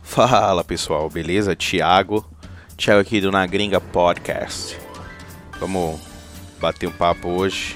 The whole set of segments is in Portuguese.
Fala pessoal, beleza? Thiago aqui do Na Gringa Podcast. Vamos bater um papo hoje.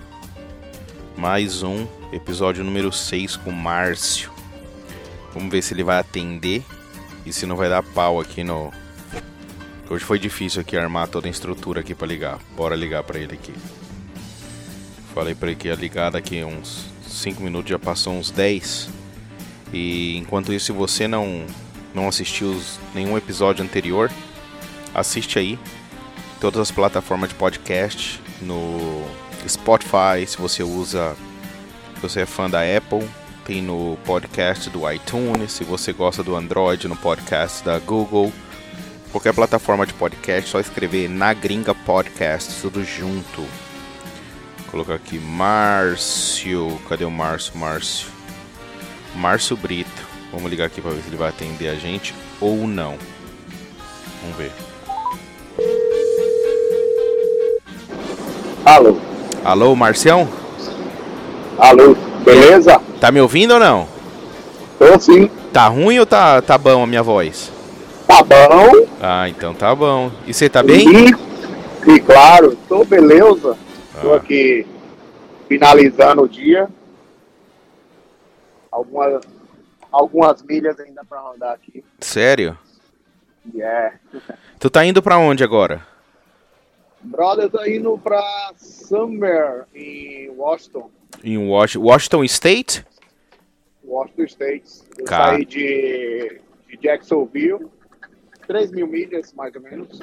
Mais um episódio número 6 com o Márcio. Vamos ver se ele vai atender e se não vai dar pau aqui no... Hoje foi difícil aqui armar toda a estrutura aqui pra ligar. Bora ligar pra ele aqui. Falei pra ele que ia ligar daqui uns 5 minutos, já passou uns 10. E enquanto isso, se você não assistiu nenhum episódio anterior, assiste aí. Todas as plataformas de podcast, no Spotify, se você é fã da Apple, tem no podcast do iTunes, se você gosta do Android, no podcast da Google. Qualquer plataforma de podcast, só escrever Na Gringa Podcast, tudo junto. Vou colocar aqui Márcio. Cadê o Márcio? Márcio Brito. Vamos ligar aqui para ver se ele vai atender a gente ou não. Vamos ver. Alô? Alô, Marcião? Alô, beleza? Tá me ouvindo ou não? Tô sim. Tá ruim ou tá bom a minha voz? Tá bom? Ah, então tá bom. E você tá bem? E claro, tô beleza. Tô aqui finalizando o dia. Algumas milhas ainda pra rodar aqui. Sério? Yeah. Tu tá indo pra onde agora? Brother, eu tô indo pra Summer, em Washington. Em Washington State? Washington State. Eu Cara. saí de Jacksonville. 3 mil milhas, mais ou menos.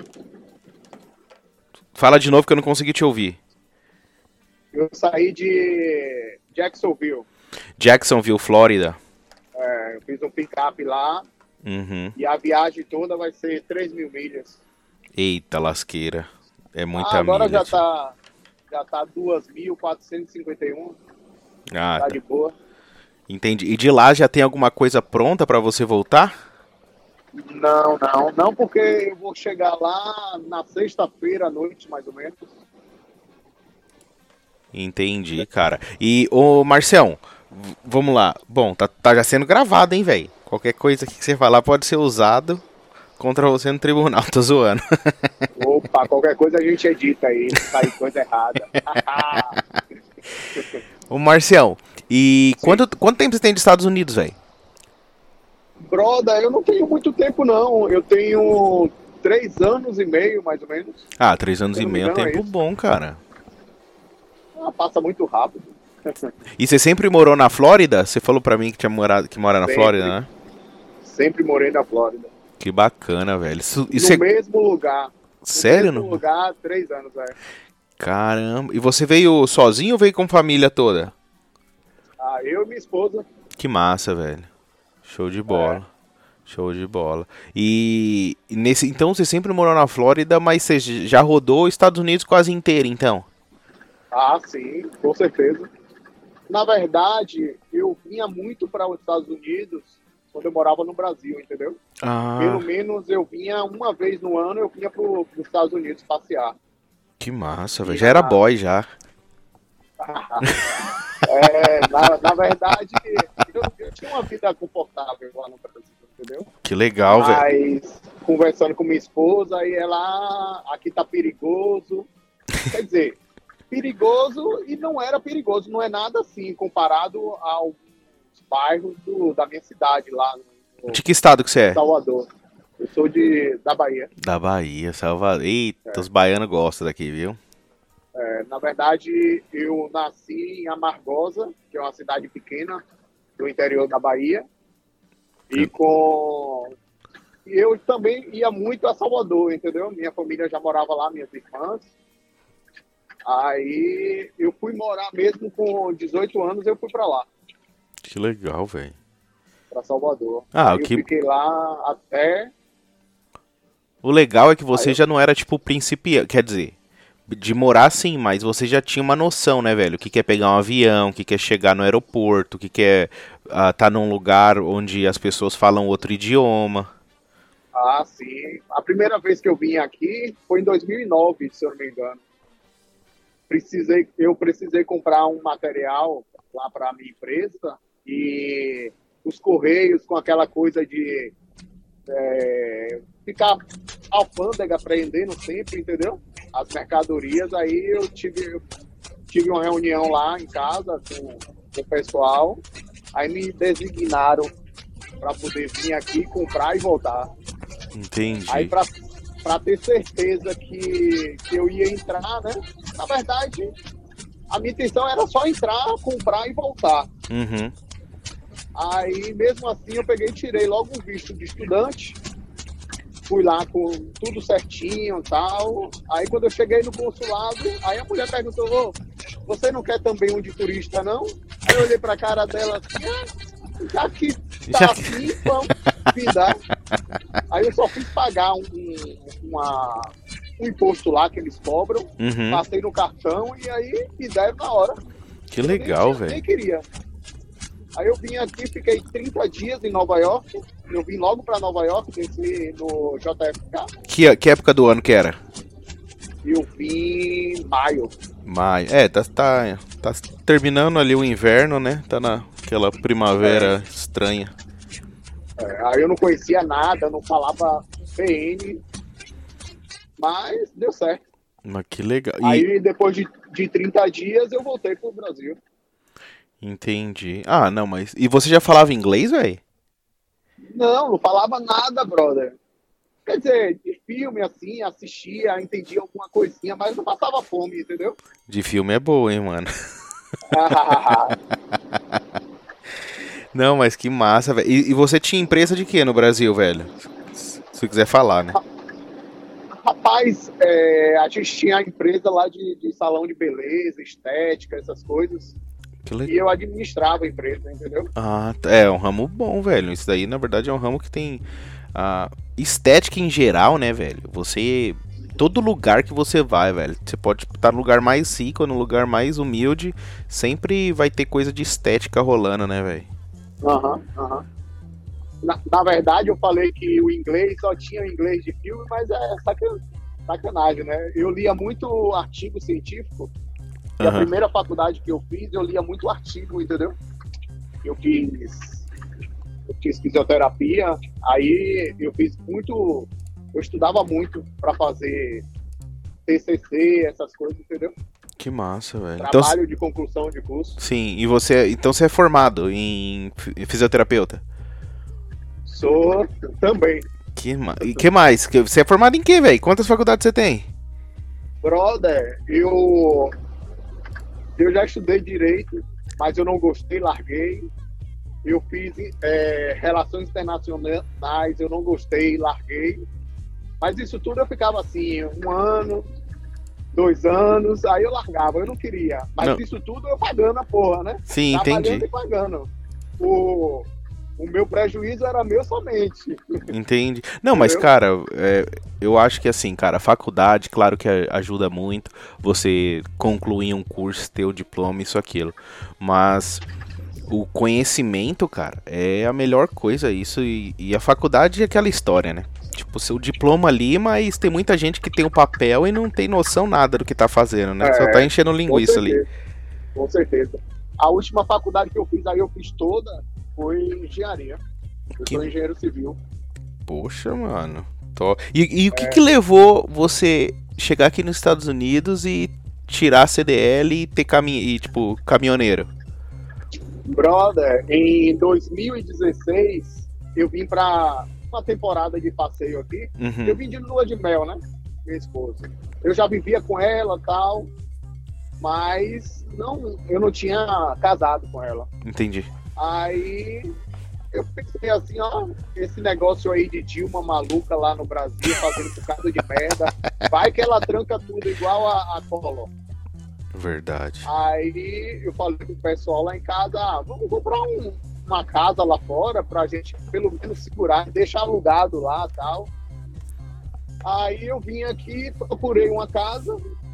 Fala de novo que eu não consegui te ouvir. Eu saí de Jacksonville, Flórida. Eu fiz um pick-up lá. Uhum. E a viagem toda vai ser 3 mil milhas. Eita lasqueira. É muita Agora milha. já tá 2.451. Ah, Tá de boa. entendi. E de lá já tem alguma coisa pronta pra você voltar? Não, porque eu vou chegar lá na sexta-feira à noite, mais ou menos. Entendi, cara. E, ô Marcião, vamos lá. Bom, tá já sendo gravado, hein, velho? Qualquer coisa que você falar pode ser usado contra você no tribunal. Tô zoando. Opa, qualquer coisa a gente edita aí, sai coisa errada. Ô Marcião, e quanto tempo você tem dos Estados Unidos, velho? Brother, eu não tenho muito tempo, não. Eu tenho 3 anos e meio, mais ou menos. Ah, 3 anos Se e eu não me meio é um engano, tempo é isso. bom, cara. Passa muito rápido. E você sempre morou na Flórida? Você falou pra mim que mora na Sempre. Flórida, né? Sempre morei na Flórida. Que bacana, velho. No mesmo lugar. Sério? No mesmo lugar, 3 anos, Caramba. E você veio sozinho ou veio com família toda? Eu e minha esposa. Que massa, velho. Show de bola. Show de bola. E então você sempre morou na Flórida, mas você já rodou os Estados Unidos quase inteiro, então? Sim, com certeza. Na verdade, eu vinha muito para os Estados Unidos quando eu morava no Brasil, entendeu? Pelo menos eu vinha uma vez no ano, eu vinha para os Estados Unidos passear. Que massa, velho. Já era boy, já. Na verdade, eu tinha uma vida confortável lá no Brasil, entendeu? Que legal, velho. Mas, conversando com minha esposa, aí aqui tá perigoso. Quer dizer, perigoso e não era perigoso, não é nada assim, comparado aos bairros da minha cidade lá De que estado que você é? Salvador. Eu sou da Bahia. Da Bahia, Salvador. Eita, os baianos gostam daqui, viu? Na verdade, eu nasci em Amargosa, que é uma cidade pequena do interior da Bahia. E eu também ia muito a Salvador, entendeu? Minha família já morava lá, minhas irmãs. Aí eu fui morar mesmo com 18 anos, eu fui pra lá. Que legal, velho. Pra Salvador. Eu fiquei lá até... O legal é que você já não era, tipo, principiante. Quer dizer, de morar sim, mas você já tinha uma noção, né, velho? O que é pegar um avião, o que é chegar no aeroporto, o que é tá num lugar onde as pessoas falam outro idioma. Sim. A primeira vez que eu vim aqui foi em 2009, se eu não me engano. Eu precisei comprar um material lá para a minha empresa e os correios com aquela coisa de ficar alfândega apreendendo sempre, entendeu? As mercadorias. Aí eu tive uma reunião lá em casa com o pessoal. Aí me designaram para poder vir aqui, comprar e voltar. Entendi. Aí para ter certeza que eu ia entrar, né? Na verdade, a minha intenção era só entrar, comprar e voltar. Uhum. Aí, mesmo assim, eu peguei e tirei logo um visto de estudante. Fui lá com tudo certinho e tal. Aí, quando eu cheguei no consulado, aí a mulher perguntou, você não quer também um de turista, não? Aí eu olhei pra cara dela assim, já que tá assim, vamos me dar. Aí eu só fiz pagar um imposto lá que eles cobram. Uhum. Passei no cartão e aí me deram na hora. Que legal, velho. Nem queria. Aí eu vim aqui, fiquei 30 dias em Nova York. Eu vim logo pra Nova York, desci no JFK. Que época do ano que era? Eu vim em maio. Maio. Tá terminando ali o inverno, né? Tá naquela primavera estranha. Aí eu não conhecia nada, não falava PN. Mas deu certo. Mas que legal. Aí depois de 30 dias eu voltei pro Brasil. Entendi. Ah, não, mas... E você já falava inglês, velho? Não falava nada, brother. Quer dizer, de filme, assim, assistia, entendia alguma coisinha, mas não passava fome, entendeu? De filme é boa, hein, mano? Não, mas que massa, velho. E você tinha empresa de quê no Brasil, velho? Se você quiser falar, né? Rapaz, a gente tinha a empresa lá de salão de beleza, estética, essas coisas. E eu administrava a empresa, entendeu? Ah, é um ramo bom, velho. Isso daí, na verdade, é um ramo que tem estética em geral, né, velho? Todo lugar que você vai, velho, você pode estar no lugar mais rico, no lugar mais humilde, sempre vai ter coisa de estética rolando, né, velho? Aham. Na verdade, eu falei que o inglês só tinha o inglês de filme, mas é sacanagem, né? Eu lia muito artigo científico. E a primeira faculdade que eu fiz, eu lia muito artigo, entendeu? Eu fiz fisioterapia, aí eu estudava muito para fazer TCC, essas coisas, entendeu? Que massa, velho. Trabalho de conclusão de curso. Sim, e então você é formado em fisioterapeuta? Sou também. E que mais? Você é formado em quê, velho? Quantas faculdades você tem? Brother, eu já estudei direito, mas eu não gostei, larguei. Eu fiz relações internacionais, eu não gostei, larguei. Mas isso tudo eu ficava assim, 1 ano, 2 anos, aí eu largava, eu não queria. Mas isso tudo eu pagando a porra, né? Sim, entendi. E pagando. O meu prejuízo era meu somente. Entendi. Não, mas, cara, eu acho que assim, cara, a faculdade, claro que ajuda muito você concluir um curso, ter o diploma, isso, aquilo. Mas o conhecimento, cara, é a melhor coisa, isso. E a faculdade é aquela história, né? Tipo, seu diploma ali, mas tem muita gente que tem o papel e não tem noção nada do que tá fazendo, né? Só tá enchendo linguiça ali. Com certeza. A última faculdade que eu fiz, aí eu fiz toda, foi engenharia. Eu sou engenheiro civil. Poxa, mano. E o que levou você chegar aqui nos Estados Unidos e tirar a CDL e ter caminhoneiro? Brother, em 2016, eu vim pra uma temporada de passeio aqui. Uhum. Eu vim de lua de mel, né? Minha esposa. Eu já vivia com ela e tal, mas eu não tinha casado com ela. Entendi. Aí eu pensei assim, ó, esse negócio aí de Dilma maluca lá no Brasil, fazendo bocado de merda, vai que ela tranca tudo igual a Collor. Verdade. Aí eu falei pro pessoal lá em casa, vamos comprar uma casa lá fora pra gente pelo menos segurar, deixar alugado lá e tal. Aí eu vim aqui, procurei uma casa,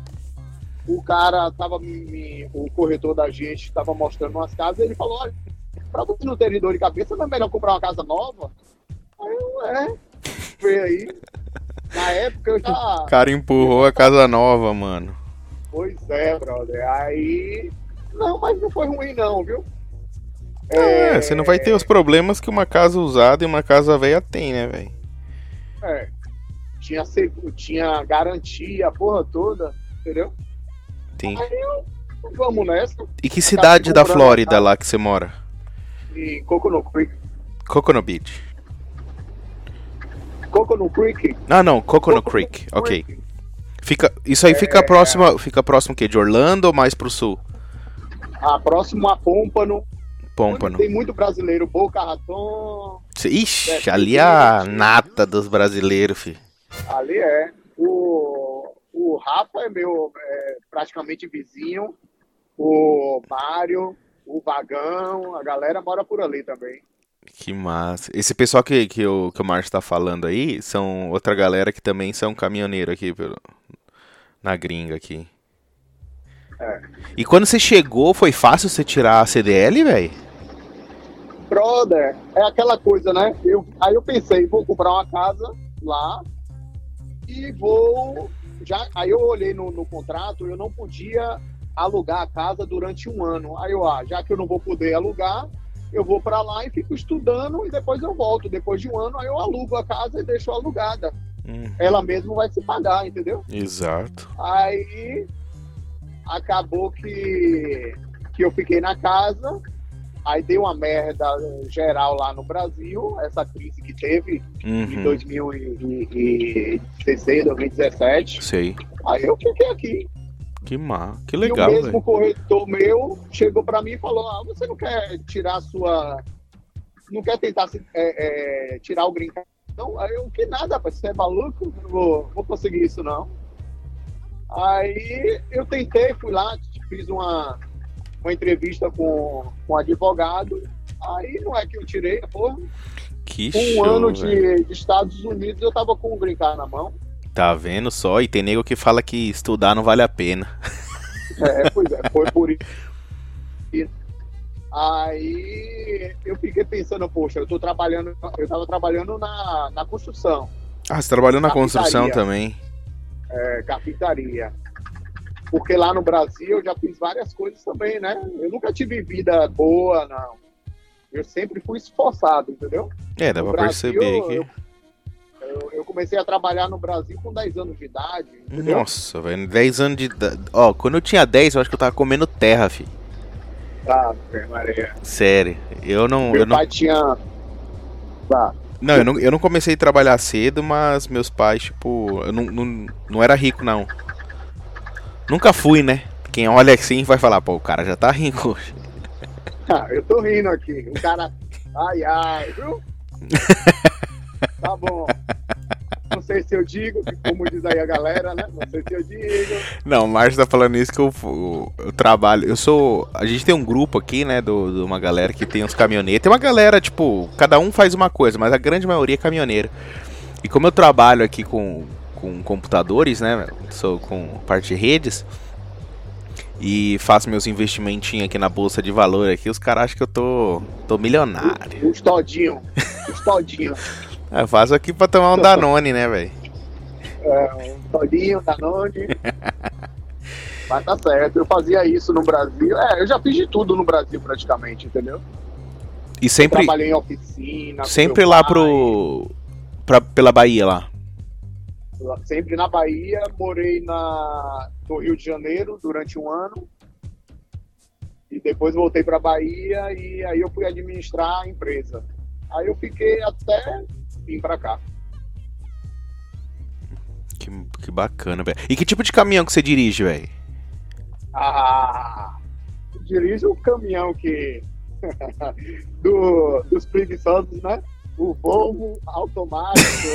o cara tava o corretor da gente tava mostrando umas casas, ele falou, olha, pra você não ter dor de cabeça, não é melhor comprar uma casa nova? Aí eu, veio aí. Na época eu já... O cara empurrou a casa nova, mano. Pois é, brother. Aí... Não, mas não foi ruim não, viu? Você não vai ter os problemas que uma casa usada e uma casa velha tem, né, velho? É, tinha garantia, a porra toda, entendeu? Sim. Aí vamos nessa. E que cidade da Flórida lá que você mora? Em Coconut Creek. Coconut Beach. Coconut Creek? Não, Coconut Creek. Ok. Isso aí fica próximo o quê? De Orlando ou mais pro sul? Próximo a Pompano. Pompano. Tem muito brasileiro, Boca Raton. Ixi, ali é a nata dos brasileiros, filho. Ali é. O Rafa é meu praticamente vizinho. O Mário, o Vagão, a galera mora por ali também. Que massa. Esse pessoal que o Márcio tá falando aí são outra galera que também são caminhoneiro aqui na gringa aqui. É. E quando você chegou, foi fácil você tirar a CDL, velho? Brother, é aquela coisa, né? Aí eu pensei, vou comprar uma casa lá e vou... Aí eu olhei no contrato, eu não podia alugar a casa durante 1 ano. Aí já que eu não vou poder alugar, eu vou para lá e fico estudando e depois eu volto. Depois de 1 ano, aí eu alugo a casa e deixo alugada. Ela mesma vai se pagar, entendeu? Exato. Aí acabou que eu fiquei na casa, aí deu uma merda geral lá no Brasil, essa crise que teve em 2016, 2017. Sei. Aí eu fiquei aqui. Que legal, velho. E o mesmo corretor meu chegou pra mim e falou, você não quer tirar não quer tentar tirar o green card? Não, aí eu, que nada, rapaz, você é maluco? Não vou conseguir isso, não. Aí eu tentei, fui lá, fiz uma entrevista com um advogado, aí não é que eu tirei, porra. Que Um show, ano de Estados Unidos eu tava com o green card na mão. Tá vendo só? E tem nego que fala que estudar não vale a pena. Pois é, foi por isso. Aí eu fiquei pensando, poxa, eu tava trabalhando na construção. Você trabalhou na construção também? Carpintaria. Porque lá no Brasil eu já fiz várias coisas também, né? Eu nunca tive vida boa, não. Eu sempre fui esforçado, entendeu? Dá pra perceber aqui. Eu comecei a trabalhar no Brasil com 10 anos de idade, entendeu? Nossa, velho, 10 anos de idade. Quando eu tinha 10, eu acho que eu tava comendo terra, filho. Maria. Sério, Meu pai tinha... Não, eu não comecei a trabalhar cedo, mas meus pais, tipo, eu não era rico, não. Nunca fui, né? Quem olha assim vai falar, pô, o cara já tá rico. Eu tô rindo aqui. O cara... Ai, viu? Tá bom. Não sei se eu digo, como diz aí a galera, né? Não sei se eu digo. Não, o Márcio tá falando isso que eu trabalho. A gente tem um grupo aqui, né? De uma galera que tem uns caminhoneiros. Tem uma galera, tipo, cada um faz uma coisa, mas a grande maioria é caminhoneiro. E como eu trabalho aqui com computadores, né? Sou com parte de redes. E faço meus investimentinhos aqui na bolsa de valor aqui, os caras acham que eu tô milionário. Os todinho. Eu faço aqui pra tomar um Danone, né, velho? Um todinho, Danone. Mas tá certo, eu fazia isso no Brasil. Eu já fiz de tudo no Brasil praticamente, entendeu? E sempre... Eu trabalhei em oficina. Sempre lá pela Bahia lá. Sempre na Bahia, morei no Rio de Janeiro durante 1 ano. E depois voltei pra Bahia e aí eu fui administrar a empresa. Aí eu fiquei até vir pra cá. Que bacana, velho. E que tipo de caminhão que você dirige, velho? Eu dirijo o caminhão que... dos preguiçosos, né? O Volvo automático.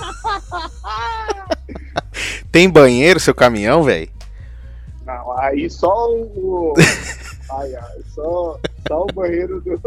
Tem banheiro seu caminhão, velho? Não, aí só o... só o banheiro do...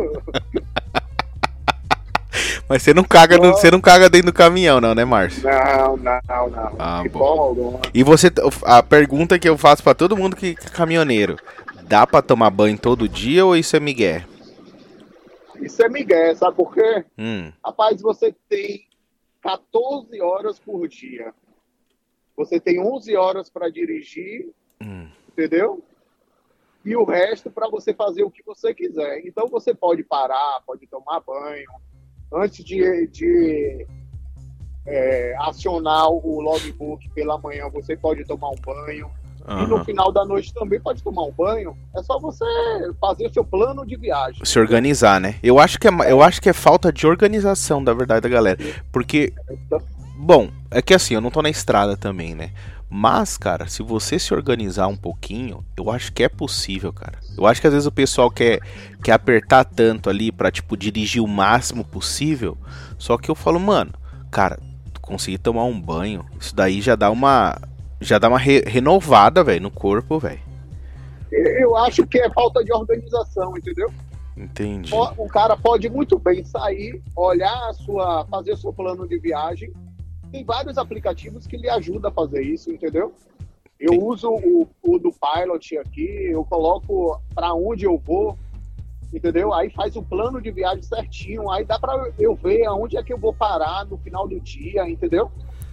Mas você não caga dentro do caminhão, não, né, Márcio? Não. Bom. E a pergunta que eu faço pra todo mundo que é caminhoneiro: dá pra tomar banho todo dia ou isso é migué? Isso é migué, sabe por quê? Rapaz, você tem 14 horas por dia. Você tem 11 horas pra dirigir, entendeu? E o resto para você fazer o que você quiser. Então você pode parar, pode tomar banho. Antes de acionar o logbook pela manhã, você pode tomar um banho. E no final da noite também pode tomar um banho. É só você fazer o seu plano de viagem. Se organizar, né? Eu acho que é falta de organização, da verdade, da galera. Porque, bom, é que assim, eu não tô na estrada também, né? Mas, cara, se você se organizar um pouquinho, eu acho que é possível, cara. Eu acho que às vezes o pessoal quer apertar tanto ali pra, tipo, dirigir o máximo possível. Só que eu falo, mano, cara, tu conseguir tomar um banho, isso daí já dá uma renovada, velho, no corpo, velho. Eu acho que é falta de organização, entendeu? Entendi. O cara pode muito bem sair, olhar fazer o seu plano de viagem. Tem vários aplicativos que lhe ajudam a fazer isso, entendeu? Eu uso o do Pilot aqui, eu coloco para onde eu vou, entendeu? Aí faz o plano de viagem certinho, aí dá para eu ver aonde é que eu vou parar no final do dia, entendeu?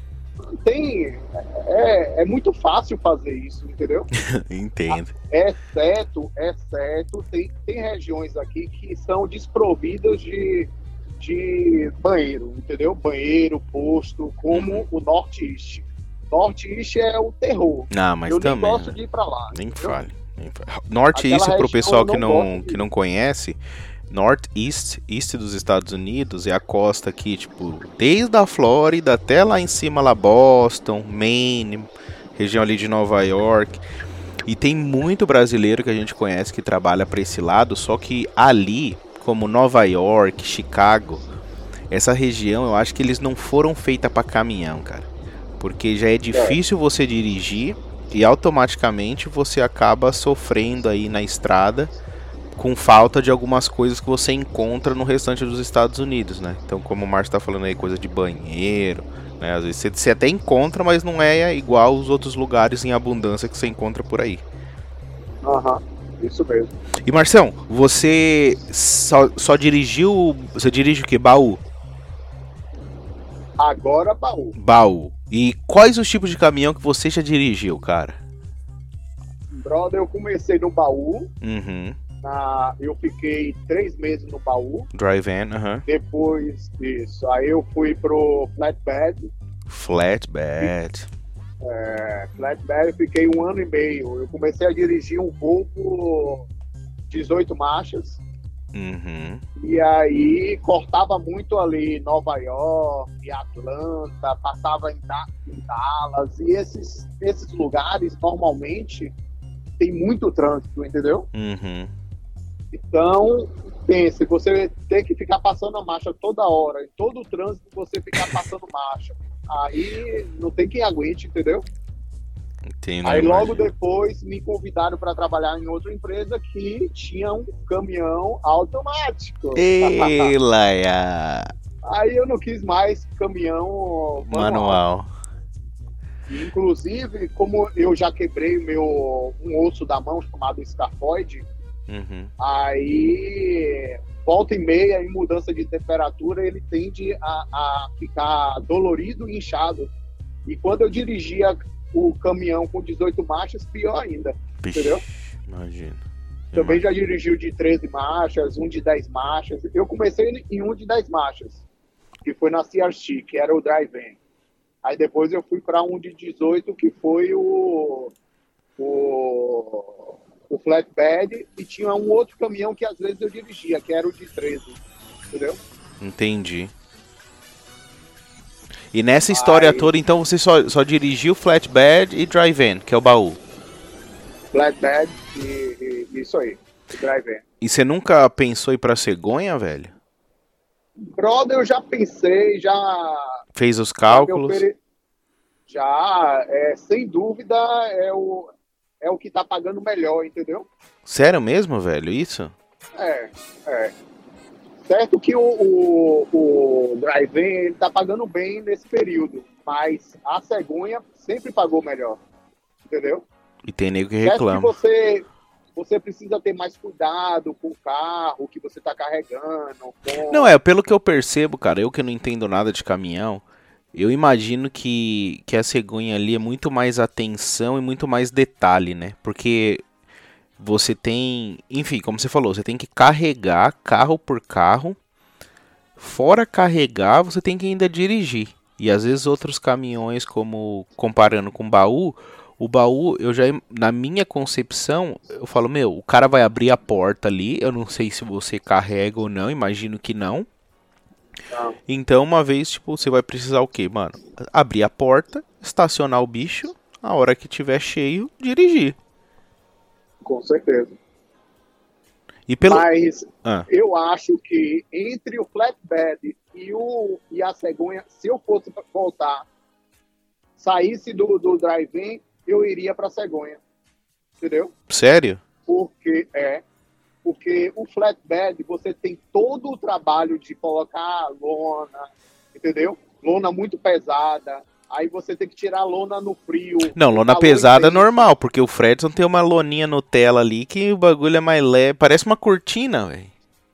É muito fácil fazer isso, entendeu? Entendo. Exceto tem regiões aqui que são desprovidas de banheiro, entendeu? Banheiro, posto, como o Northeast. Northeast é o terror. Não, mas eu também, nem gosto de ir pra lá. Nem fale. Northeast, pro pessoal que não conhece, Northeast, East dos Estados Unidos, é a costa aqui, tipo, desde a Flórida até lá em cima, lá Boston, Maine, região ali de Nova York. E tem muito brasileiro que a gente conhece que trabalha para esse lado, só que ali, como Nova York, Chicago, essa região, eu acho que eles não foram feitas para caminhão, cara. Porque já é difícil você dirigir e automaticamente você acaba sofrendo aí na estrada com falta de algumas coisas que você encontra no restante dos Estados Unidos, né? Então, como o Márcio tá falando aí, coisa de banheiro, né? Às vezes você até encontra, mas não é igual os outros lugares em abundância que você encontra por aí. Isso mesmo. E Marcião, você só dirigiu... Você dirige o quê? Baú? Agora baú. Baú. E quais os tipos de caminhão que você já dirigiu, cara? Brother, eu comecei no baú. Eu fiquei 3 meses no baú. Dry van, Depois disso, aí eu fui pro flatbed. Flatbed, fiquei 1 ano e meio. Eu comecei a dirigir um Volvo 18 marchas. E aí cortava muito ali Nova York, Atlanta, passava em Dallas. E esses lugares normalmente tem muito trânsito, entendeu? Então, pense, você tem que ficar passando a marcha toda hora, em todo o trânsito você ficar passando marcha. Aí não tem quem aguente, entendeu? Entendo, aí logo depois me convidaram para trabalhar em outra empresa que tinha um caminhão automático. Ei, Laia! Aí eu não quis mais caminhão manual. Inclusive, como eu já quebrei um osso da mão chamado escafoide, aí volta e meia, em mudança de temperatura, ele tende a ficar dolorido e inchado. E quando eu dirigia o caminhão com 18 marchas, pior ainda. Bicho, entendeu? Imagina. Também já dirigiu de 13 marchas, um de 10 marchas. Eu comecei em um de 10 marchas, que foi na CRC, que era o drive-in. Aí depois eu fui para um de 18, que foi o flatbed, e tinha um outro caminhão que às vezes eu dirigia, que era o de 13, entendeu? Entendi. E nessa história toda, então, você só dirigiu flatbed e drive-in, que é o baú? Flatbed e isso aí, drive-in. E você nunca pensou em ir pra cegonha, velho? Brother, eu já pensei, já... Fez os cálculos? Já, sem dúvida, é o que tá pagando melhor, entendeu? Sério mesmo, velho, isso? É. Certo que o drive-in, ele tá pagando bem nesse período, mas a cegonha sempre pagou melhor, entendeu? E tem nego que reclama. Certo que você precisa ter mais cuidado com o carro que você tá carregando. Não, pelo que eu percebo, cara, eu que não entendo nada de caminhão, eu imagino que a cegonha ali é muito mais atenção e muito mais detalhe, né? Porque você tem, enfim, como você falou, você tem que carregar carro por carro. Fora carregar, você tem que ainda dirigir. E às vezes outros caminhões, como comparando com o baú, eu já, na minha concepção, eu falo, meu, o cara vai abrir a porta ali, eu não sei se você carrega ou não, imagino que não. Não. Então, uma vez, tipo, você vai precisar o quê, mano? Abrir a porta, estacionar o bicho, a hora que tiver cheio, dirigir. Com certeza. E pelo... Mas eu acho que entre o flatbed e a cegonha, se eu fosse voltar, saísse do drive-in, eu iria para a cegonha. Entendeu? Sério? Porque o flatbed, você tem todo o trabalho de colocar lona, entendeu? Lona muito pesada. Aí você tem que tirar a lona no frio. Não, lona pesada é normal, porque o Fredson tem uma loninha Nutella ali que o bagulho é mais leve, parece uma cortina, velho.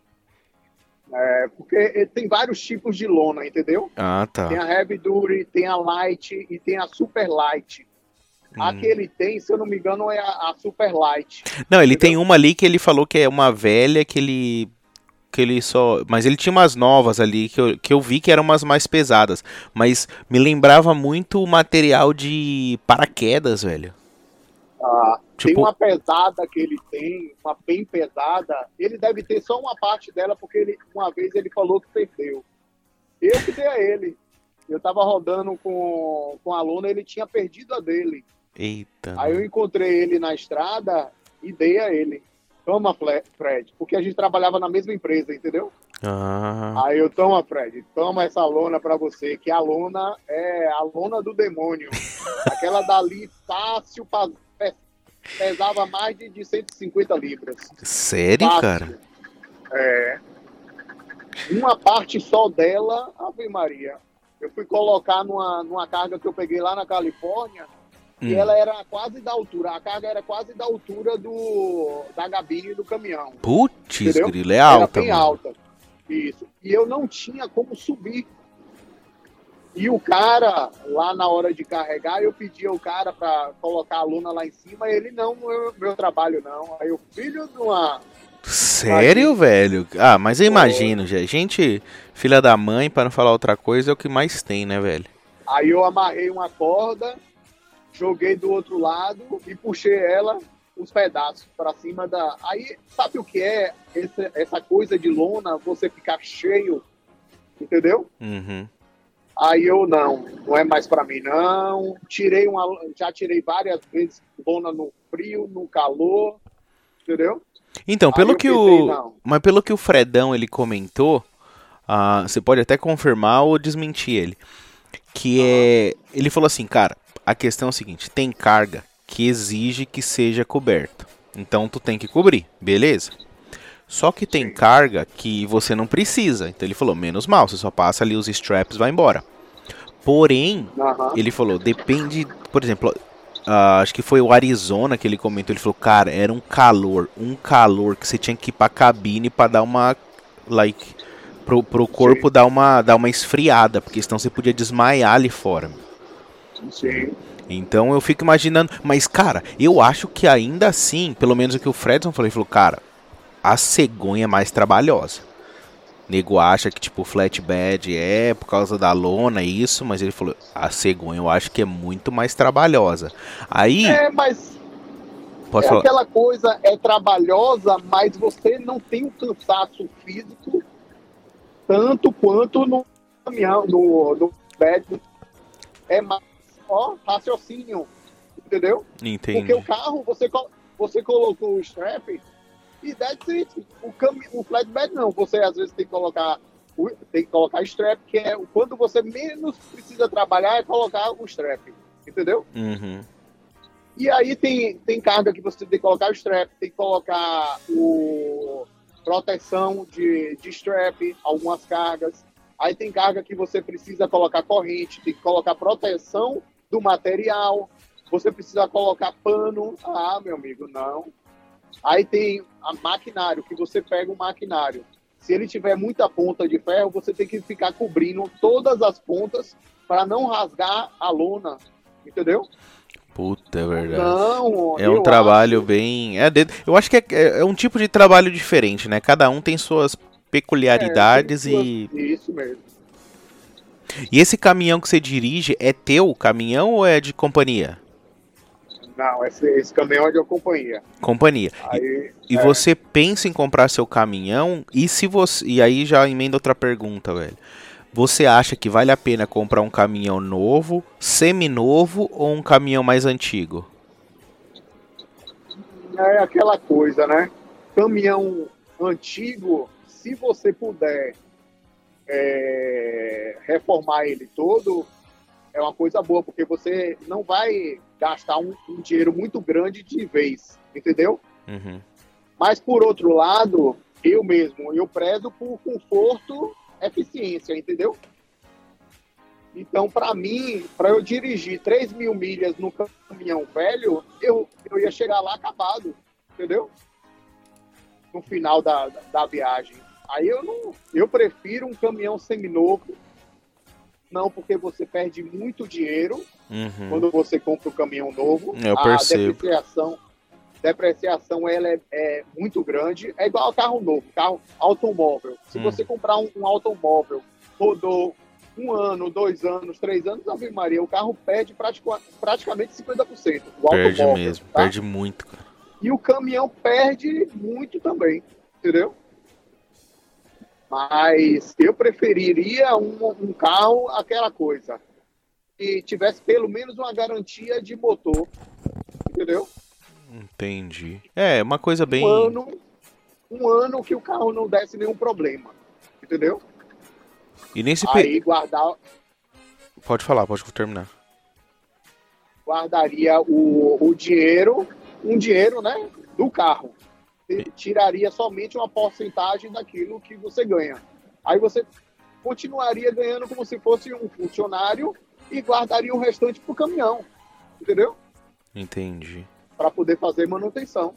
Porque tem vários tipos de lona, entendeu? Ah, tá. Tem a Heavy Duty, tem a Light e tem a Super Light. A que ele tem, se eu não me engano, é a Super Light. Não, ele tem uma ali que ele falou que é uma velha, que ele só... Mas ele tinha umas novas ali, que eu vi que eram umas mais pesadas. Mas me lembrava muito o material de paraquedas, velho. Tem uma pesada que ele tem, uma bem pesada. Ele deve ter só uma parte dela, porque uma vez ele falou que perdeu. Eu que dei a ele. Eu tava rodando com a Luna, ele tinha perdido a dele. Eita. Aí eu encontrei ele na estrada e dei a ele. Toma, Fred, porque a gente trabalhava na mesma empresa, entendeu? Aí eu, toma, Fred, toma essa lona pra você, que a lona é a lona do demônio. Aquela dali fácil, pesava mais de 150 libras. Sério, fácil. Cara? Uma parte só dela, Ave Maria. Eu fui colocar numa carga que eu peguei lá na Califórnia, e ela era quase da altura, a carga era quase da altura da gabine do caminhão. Putz, grilo, é alta. Era bem alta. Isso. E eu não tinha como subir. E o cara, lá na hora de carregar, eu pedi ao cara para colocar a lona lá em cima, e ele, não é meu trabalho, não. Aí o filho de uma... Sério, velho? Ah, mas eu imagino, gente, filha da mãe, para não falar outra coisa, é o que mais tem, né, velho? Aí eu amarrei uma corda, joguei do outro lado e puxei ela os pedaços para cima da... Aí, sabe o que é essa coisa de lona, você ficar cheio, entendeu? Uhum. Aí eu, não é mais para mim, não. Já tirei várias vezes lona no frio, no calor, entendeu? Então, mas pelo que o Fredão ele comentou, você pode até confirmar ou desmentir ele, que ele falou assim, cara, a questão é o seguinte, tem carga que exige que seja coberta, então tu tem que cobrir, beleza? Só que tem carga que você não precisa, então ele falou, menos mal, você só passa ali os straps e vai embora. Porém, ele falou, depende, por exemplo... acho que foi o Arizona que ele comentou. Ele falou, cara, era um calor que você tinha que ir pra cabine pra dar uma, pro corpo dar uma esfriada, porque senão você podia desmaiar ali fora. Sim. Então eu fico imaginando, mas cara, eu acho que ainda assim, pelo menos o que o Fredson falou, ele falou, cara, a cegonha é mais trabalhosa. O nego acha que tipo o flatbed é por causa da lona isso, mas ele falou, a cegonha eu acho que é muito mais trabalhosa. Aí mas aquela coisa é trabalhosa, mas você não tem um cansaço físico tanto quanto no caminhão, no bed. É mais raciocínio, entendeu? Entendi. Porque o carro, você colocou o strap e that's it. O flatbed não. Você às vezes tem que colocar strap, que é quando você menos precisa trabalhar, é colocar o strap. Entendeu? Uhum. E aí tem carga que você tem que colocar o strap, tem que colocar proteção de strap, algumas cargas. Aí tem carga que você precisa colocar corrente, tem que colocar proteção do material, você precisa colocar pano. Meu amigo, não. Aí tem a maquinário, que você pega o maquinário. Se ele tiver muita ponta de ferro, você tem que ficar cobrindo todas as pontas para não rasgar a lona, entendeu? Puta, é verdade. Não, é um trabalho bem... eu acho que é um tipo de trabalho diferente, né? Cada um tem suas peculiaridades e... Isso mesmo. E esse caminhão que você dirige é teu caminhão ou é de companhia? Não, esse caminhão é de uma companhia. Companhia. Aí, E você pensa em comprar seu caminhão? E se você. E aí já emenda outra pergunta, velho. Você acha que vale a pena comprar um caminhão novo, seminovo ou um caminhão mais antigo? É aquela coisa, né? Caminhão antigo, se você puder reformar ele todo, é uma coisa boa, porque você não vai gastar um dinheiro muito grande de vez, entendeu? Uhum. Mas, por outro lado, eu prezo por conforto, eficiência, entendeu? Então, para mim, para eu dirigir 3 mil milhas no caminhão velho, eu ia chegar lá acabado, entendeu? No final da viagem. Aí eu prefiro um caminhão seminovo, não porque você perde muito dinheiro quando você compra um caminhão novo. Eu percebo. Depreciação ela é muito grande. É igual ao carro novo, carro automóvel. Se você comprar um automóvel, rodou 1 ano, 2 anos, 3 anos, Ave Maria, o carro perde praticamente 50%. O Perde automóvel, mesmo, tá? perde muito, cara. E o caminhão perde muito também, entendeu? Mas eu preferiria um carro, aquela coisa, que tivesse pelo menos uma garantia de motor, entendeu? Entendi. É, uma coisa bem... Um ano que o carro não desse nenhum problema, entendeu? E nesse Aí guardar... Pode falar, pode terminar. Guardaria o dinheiro, um dinheiro, né, do carro. Tiraria somente uma porcentagem daquilo que você ganha. Aí você continuaria ganhando como se fosse um funcionário e guardaria o restante pro caminhão, entendeu? Entendi. Para poder fazer manutenção.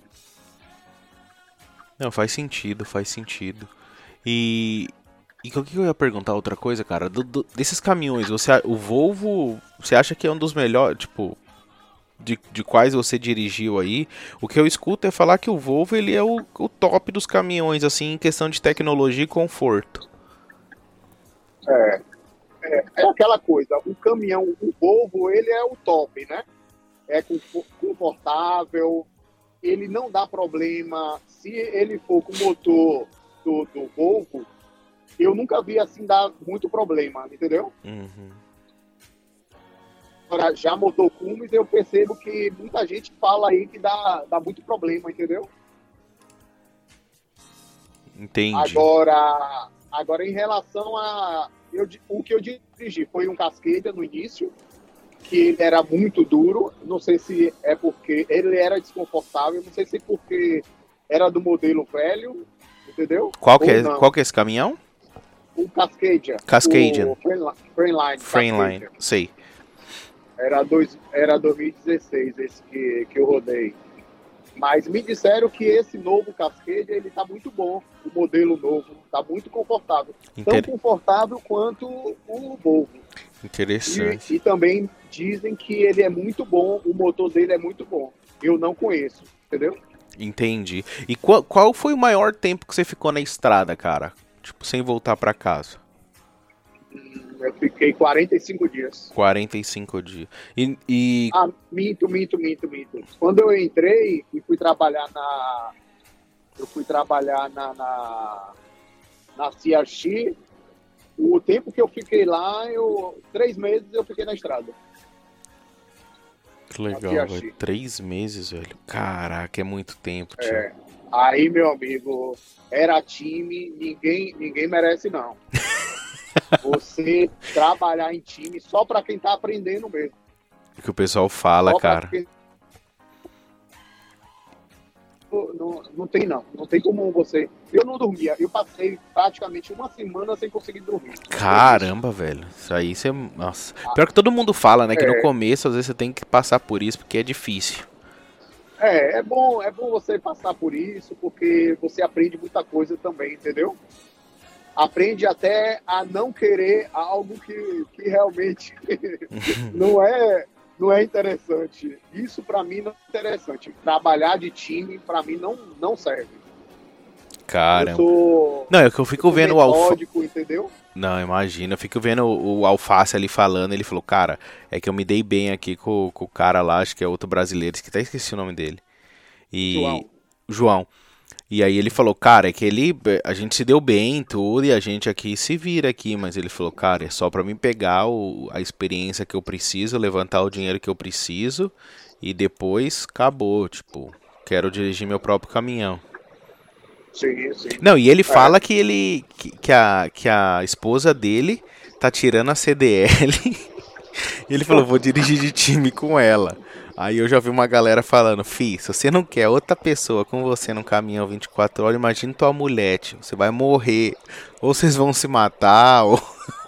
Não, faz sentido, faz sentido. E o que eu ia perguntar outra coisa, cara? Desses caminhões, o Volvo, você acha que é um dos melhores, tipo, de quais você dirigiu aí? O que eu escuto é falar que o Volvo, ele é o top dos caminhões, assim, em questão de tecnologia e conforto. É aquela coisa, o caminhão, o Volvo, ele é o top, né? É confortável, ele não dá problema. Se ele for com o motor do Volvo, eu nunca vi assim dar muito problema, entendeu? Agora, já motor Cummins, eu percebo que muita gente fala aí que dá muito problema, entendeu? Entendi. Agora em relação o que eu dirigi foi um Cascadia no início, que ele era muito duro, não sei se é porque ele era desconfortável, não sei se é porque era do modelo velho, entendeu? Qual que é esse caminhão? O Cascadia. Cascadia. O Freightliner. Sei. Era 2016 esse que eu rodei. Mas me disseram que esse novo Cascadia, ele tá muito bom. O modelo novo tá muito confortável. Tão confortável quanto o Volvo. Interessante. E também dizem que ele é muito bom, o motor dele é muito bom. Eu não conheço, entendeu? Entendi. E qual foi o maior tempo que você ficou na estrada, cara? Tipo, sem voltar pra casa. Eu fiquei 45 dias. 45 dias. Minto. Quando eu entrei e fui trabalhar na CRX, o tempo que eu fiquei lá, 3 meses eu fiquei na estrada. Que legal, velho. 3 meses, velho. Caraca, é muito tempo, tio. Aí, meu amigo, era time, ninguém merece, não. Você trabalhar em time só pra quem tá aprendendo mesmo. O que o pessoal fala, cara. Não tem como você... Eu não dormia, eu passei praticamente 1 semana sem conseguir dormir. Caramba, velho. Isso aí você... Nossa. Pior que todo mundo fala, né? Que no começo, às vezes, você tem que passar por isso, porque é difícil. É bom você passar por isso, porque você aprende muita coisa também, entendeu? Aprende até a não querer algo que realmente não é interessante. Isso pra mim não é interessante. Trabalhar de time pra mim não serve. Caramba. Não, é que eu fico vendo metódico, entendeu? Não, imagina. Eu fico vendo o Alface ali falando. Ele falou, cara, é que eu me dei bem aqui com o cara lá, acho que é outro brasileiro, que até esqueci o nome dele. E. João. E aí ele falou, cara, é que a gente se deu bem e tudo, e a gente aqui se vira aqui, mas ele falou, cara, é só pra mim pegar a experiência que eu preciso, levantar o dinheiro que eu preciso, e depois acabou, tipo, quero dirigir meu próprio caminhão. Sim, sim. Não, e ele fala que a esposa dele tá tirando a CDL, e ele falou, vou dirigir de time com ela. Aí eu já vi uma galera falando, se você não quer outra pessoa com você no caminhão 24 horas, imagina tua mulher, tio, você vai morrer. Ou vocês vão se matar, ou...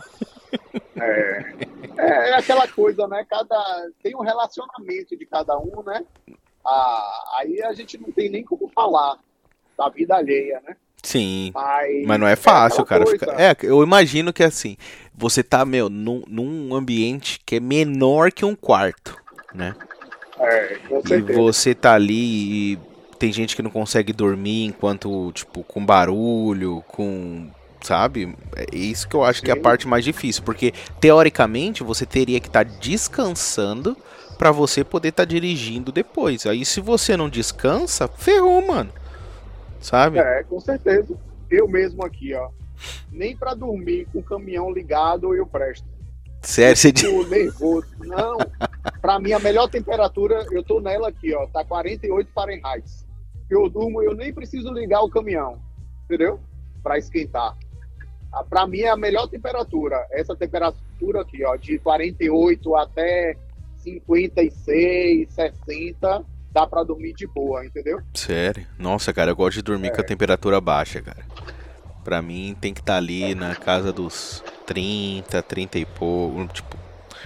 É aquela coisa, né? Tem um relacionamento de cada um, né? Aí a gente não tem nem como falar da vida alheia, né? Sim, mas não é fácil, cara. Eu imagino que assim, você tá, num ambiente que é menor que um quarto, né? Com certeza. E você tá ali e tem gente que não consegue dormir enquanto, tipo, com barulho, sabe? É isso que eu acho que é a parte mais difícil, porque teoricamente você teria que estar descansando pra você poder estar dirigindo depois. Aí se você não descansa, ferrou, mano. Sabe? Com certeza. Eu mesmo aqui, ó, nem pra dormir com o caminhão ligado eu presto. Sério, você nervoso. Não, pra mim a melhor temperatura, eu tô nela aqui, ó, tá 48 Fahrenheit. Eu durmo, eu nem preciso ligar o caminhão, entendeu? Pra esquentar. Pra mim é a melhor temperatura, essa temperatura aqui, ó, de 48 até 56, 60, dá pra dormir de boa, entendeu? Sério? Nossa, cara, eu gosto de dormir com a temperatura baixa, cara. Pra mim tem que estar ali na casa dos 30 e pouco, tipo...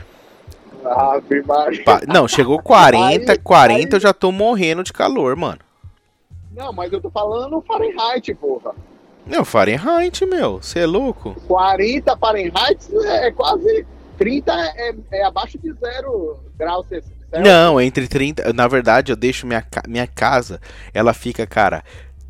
Não, chegou 40 eu já tô morrendo de calor, mano. Não, mas eu tô falando Fahrenheit, porra. Não, Fahrenheit, meu, você é louco? 40 Fahrenheit é quase... 30 é abaixo de 0 graus Celsius. Não, entre 30... Na verdade, eu deixo minha casa, ela fica, cara,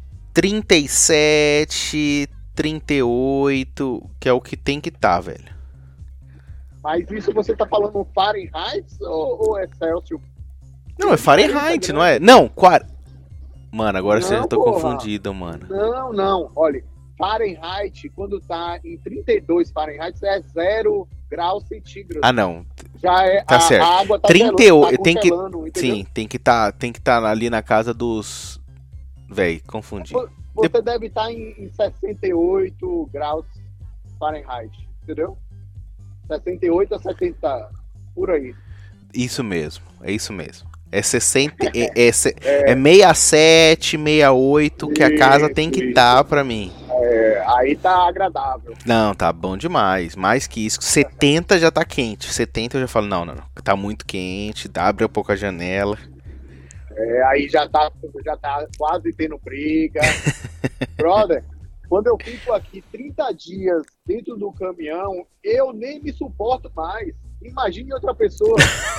37... 38, que é o que tem que tá, velho. Mas isso você tá falando Fahrenheit ou é Celsius? Não, é Fahrenheit, não é? Não, Mano, agora você já tô confundido, mano. Não. Olha, Fahrenheit, quando tá em 32 Fahrenheit, é 0 graus centígrados. Ah, não. Já é tá certo. A água tá 38, tá congelando, sim, tem que tá ali na casa dos... Véi, confundi. Você deve estar em 68 graus Fahrenheit, entendeu? 68 a 70, por aí. Isso mesmo, é isso mesmo. É 60, é 67, 68 que a casa tem que estar pra mim. Aí tá agradável. Não, tá bom demais. Mais que isso. 70 já tá quente. 70 eu já falo, não. Tá muito quente, abre um pouco a janela. Aí já tá quase tendo briga. Brother, quando eu fico aqui 30 dias dentro do caminhão, eu nem me suporto mais. Imagine outra pessoa.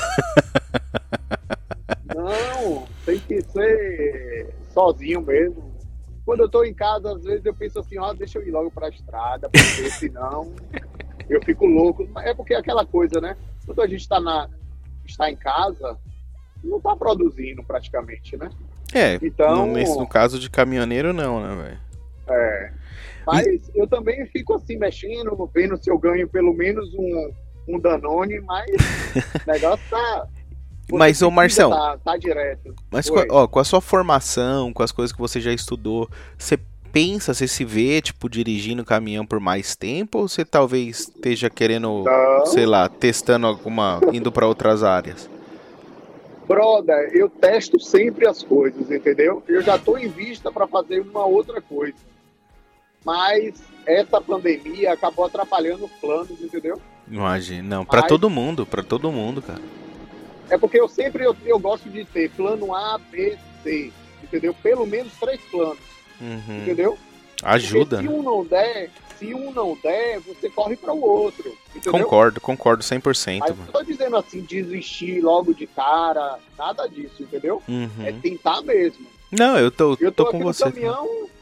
Não, tem que ser sozinho mesmo. Quando eu tô em casa, às vezes eu penso assim, deixa eu ir logo pra estrada, porque senão eu fico louco. É porque é aquela coisa, né? Quando a gente está em casa, não tá produzindo praticamente, né? Então, no caso de caminhoneiro não, né, velho? Mas eu também fico assim, mexendo, vendo se eu ganho pelo menos um Danone, mas o negócio tá... Mas, ô Marcelo, tá direto. Mas com a sua formação, com as coisas que você já estudou, você pensa, você se vê, tipo, dirigindo caminhão por mais tempo? Ou você talvez esteja querendo, sei lá, testando indo para outras áreas? Brother, eu testo sempre as coisas, entendeu? Eu já tô em vista para fazer uma outra coisa. Mas essa pandemia acabou atrapalhando os planos, entendeu? Imagina, não, para todo mundo, cara. É porque eu gosto de ter plano A, B, C, entendeu? Pelo menos 3 planos, entendeu? Ajuda. Porque se um não der, você corre para o outro, entendeu? Concordo 100%. Mas não tô dizendo assim, desistir logo de cara, nada disso, entendeu? É tentar mesmo. Não, eu tô com aqui você. No caminhão,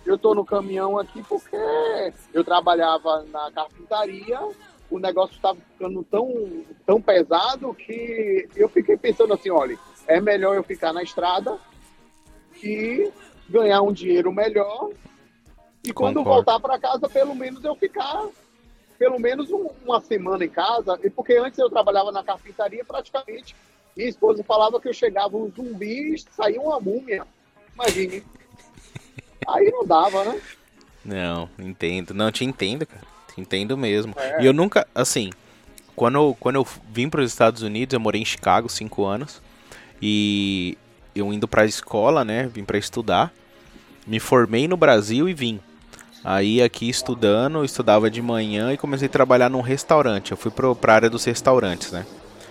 eu tô no caminhão aqui porque eu trabalhava na carpintaria, o negócio estava ficando tão pesado que eu fiquei pensando assim, olha, é melhor eu ficar na estrada e ganhar um dinheiro melhor e quando voltar para casa, pelo menos eu ficar pelo menos uma semana em casa, e porque antes eu trabalhava na carpintaria praticamente, minha esposa falava que eu chegava um zumbi e saía uma múmia, imagine. Aí não dava, né? Não, entendo. Não, te entendo, cara. Te entendo mesmo. E eu nunca, assim, quando eu vim para os Estados Unidos, eu morei em Chicago 5 anos. E eu indo pra escola, né? Vim pra estudar. Me formei no Brasil e vim. Aí aqui estudando, estudava de manhã e comecei a trabalhar num restaurante. Eu fui pra área dos restaurantes, né?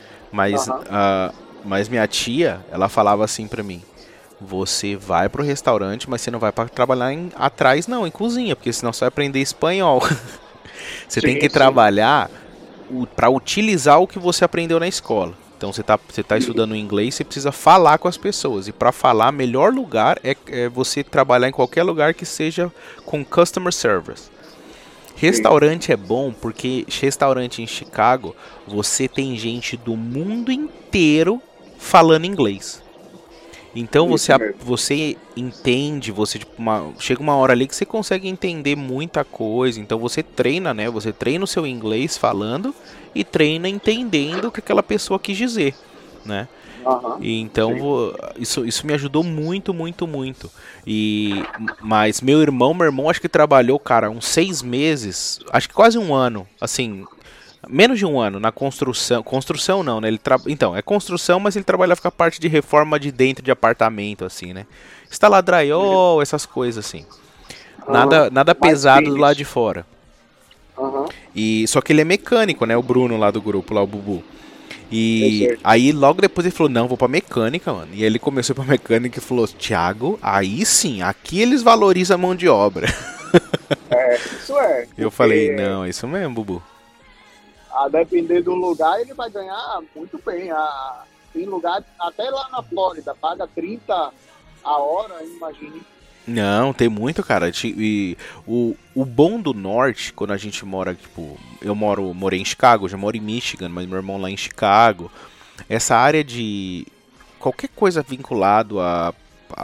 Mas minha tia, ela falava assim pra mim: você vai pro restaurante, mas você não vai pra trabalhar atrás não, em cozinha, porque senão você vai aprender espanhol. Você tem que trabalhar pra utilizar o que você aprendeu na escola. Então você tá estudando inglês, você precisa falar com as pessoas. E para falar, melhor lugar é você trabalhar em qualquer lugar que seja com customer service. Restaurante é bom porque restaurante em Chicago, você tem gente do mundo inteiro falando inglês. Então você entende, chega uma hora ali que você consegue entender muita coisa. Então você treina, né? Você treina o seu inglês falando e treina entendendo o que aquela pessoa quis dizer, né? E então isso me ajudou muito, muito, muito. Mas meu irmão acho que trabalhou, cara, uns 6 meses, acho que quase um ano, assim, menos de um ano na construção. Construção não, né? Então, é construção, mas ele trabalhava com a parte de reforma de dentro de apartamento, assim, né? Instalar drywall, essas coisas assim. Nada pesado do lado de fora. E só que ele é mecânico, né? O Bruno lá do grupo, lá o Bubu. E aí logo depois ele falou: não, vou pra mecânica, mano. E aí ele começou pra mecânica e falou: Thiago, aí sim, aqui eles valorizam a mão de obra. Isso é. Eu falei: não, é isso mesmo, Bubu. A depender do lugar, ele vai ganhar muito bem. Tem lugar, até lá na Flórida, paga 30 a hora, imagine. Não, tem muito, cara. E o bom do norte, quando a gente mora, tipo, eu morei em Chicago, já moro em Michigan, mas meu irmão lá em Chicago. Essa área de qualquer coisa vinculado a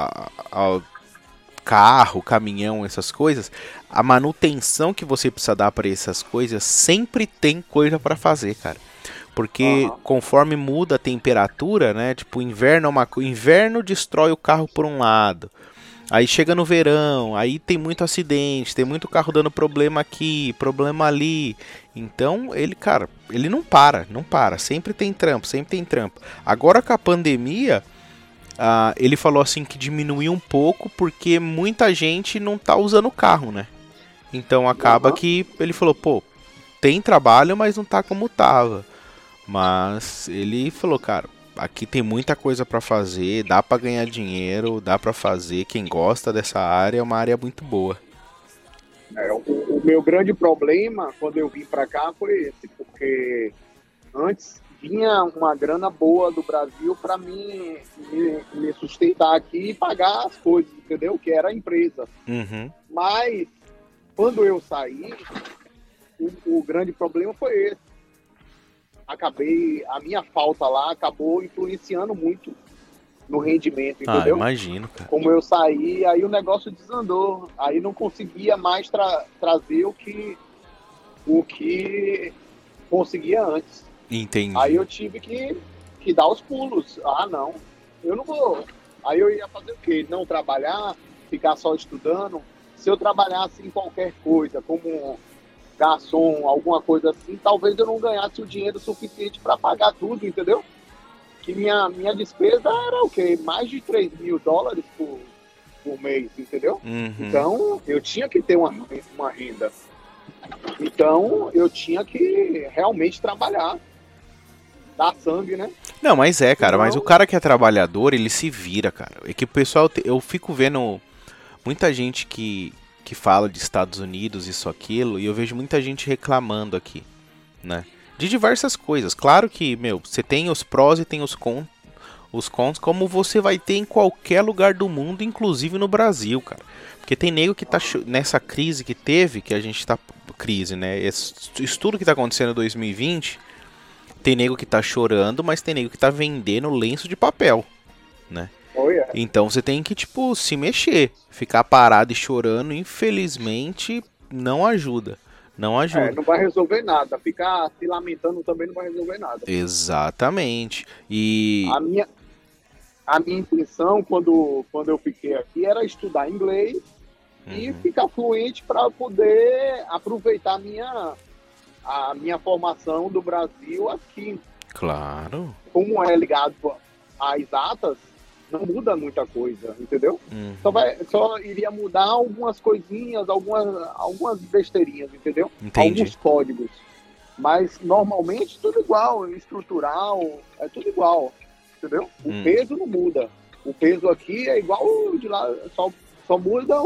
carro, caminhão, essas coisas, a manutenção que você precisa dar para essas coisas, sempre tem coisa para fazer, cara. Porque conforme muda a temperatura, né? Tipo, inverno destrói o carro por um lado. Aí chega no verão, aí tem muito acidente, tem muito carro dando problema aqui, problema ali. Então, ele não para. Sempre tem trampo. Agora com a pandemia, ele falou assim que diminuiu um pouco porque muita gente não tá usando o carro, né? Então acaba que ele falou, pô, tem trabalho, mas não tá como tava. Mas ele falou, cara, aqui tem muita coisa pra fazer, dá pra ganhar dinheiro, dá pra fazer. Quem gosta dessa área é uma área muito boa. O meu grande problema quando eu vim pra cá foi esse, porque antes vinha uma grana boa do Brasil pra me sustentar aqui e pagar as coisas, entendeu? Que era a empresa. Mas quando eu saí, o grande problema foi esse. A minha falta lá acabou influenciando muito no rendimento, entendeu? Imagino, cara. Como eu saí, aí o negócio desandou. Aí não conseguia mais trazer o que conseguia antes. Entendi. Aí eu tive que dar os pulos. Não, eu não vou. Aí eu ia fazer o quê? Não trabalhar, ficar só estudando. Se eu trabalhasse em qualquer coisa, como garçom, alguma coisa assim, talvez eu não ganhasse o dinheiro suficiente para pagar tudo, entendeu? Que minha despesa era o quê? Mais de $3.000 por mês, entendeu? Então, eu tinha que ter uma renda. Então, eu tinha que realmente trabalhar. Dar sangue, né? Não, mas cara, mas o cara que é trabalhador, ele se vira, cara. É que o pessoal, eu fico vendo muita gente que fala de Estados Unidos, isso, aquilo, e eu vejo muita gente reclamando aqui, né? De diversas coisas. Claro que, você tem os prós e tem os os cons, como você vai ter em qualquer lugar do mundo, inclusive no Brasil, cara. Porque tem nego que tá nessa crise que teve, que a gente tá... Crise, né? Isso tudo que tá acontecendo em 2020, tem nego que tá chorando, mas tem nego que tá vendendo lenço de papel, né? Oh, yeah. Então você tem que, tipo, se mexer. Ficar parado e chorando, infelizmente, não ajuda. Não ajuda. Não vai resolver nada. Ficar se lamentando também não vai resolver nada. Exatamente. E... A minha intenção, quando eu fiquei aqui, era estudar inglês e ficar fluente para poder aproveitar a minha formação do Brasil aqui. Claro. Como é ligado a exatas, não muda muita coisa, entendeu? Só iria mudar algumas coisinhas, algumas besteirinhas, entendeu? Entendi. Alguns códigos. Mas normalmente tudo igual, estrutural, é tudo igual, entendeu? O peso não muda. O peso aqui é igual de lá, só muda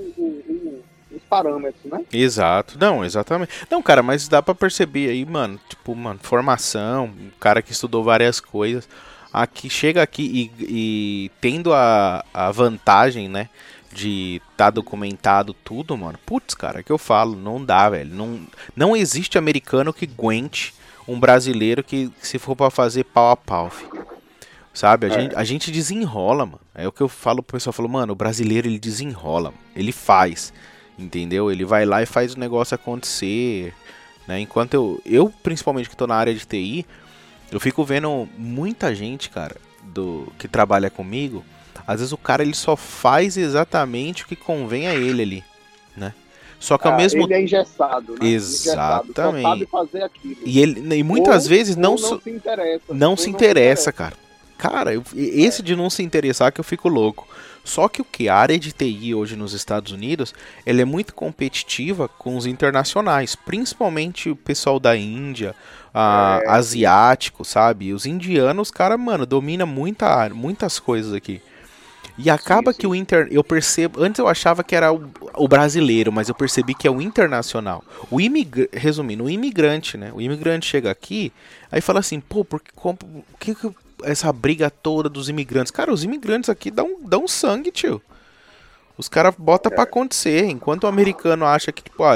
os parâmetros, né? Exato. Não, exatamente. Não, cara, mas dá pra perceber aí, mano, tipo, mano, formação, um cara que estudou várias coisas. Aqui, chega aqui e tendo a vantagem, né, de tá documentado tudo, mano. Putz, cara, é que eu falo, não dá, velho. Não existe americano que aguente um brasileiro que se for pra fazer pau a pau, filho. Sabe, a gente desenrola, mano. É o que eu falo pro pessoal, falo, mano, o brasileiro ele desenrola, mano. Ele faz, entendeu? Ele vai lá e faz o negócio acontecer, né? Enquanto eu principalmente que tô na área de TI, eu fico vendo muita gente, cara, que trabalha comigo. Às vezes o cara ele só faz exatamente o que convém a ele ali, né? Só que ao mesmo ele é engessado, né? Exatamente. Engessado, só sabe fazer aquilo. E muitas vezes não se interessa, cara. Cara, esse de não se interessar que eu fico louco. Só que a área de TI hoje nos Estados Unidos, ela é muito competitiva com os internacionais, principalmente o pessoal da Índia, asiático, sabe? Os indianos, cara, mano, domina muitas coisas aqui. E acaba que eu percebo, antes eu achava que era o brasileiro, mas eu percebi que é o internacional. Resumindo, o imigrante, né? O imigrante chega aqui, aí fala assim, pô, por que essa briga toda dos imigrantes? Cara, os imigrantes aqui dão sangue, tio. Os caras botam pra acontecer, enquanto o americano acha que, tipo,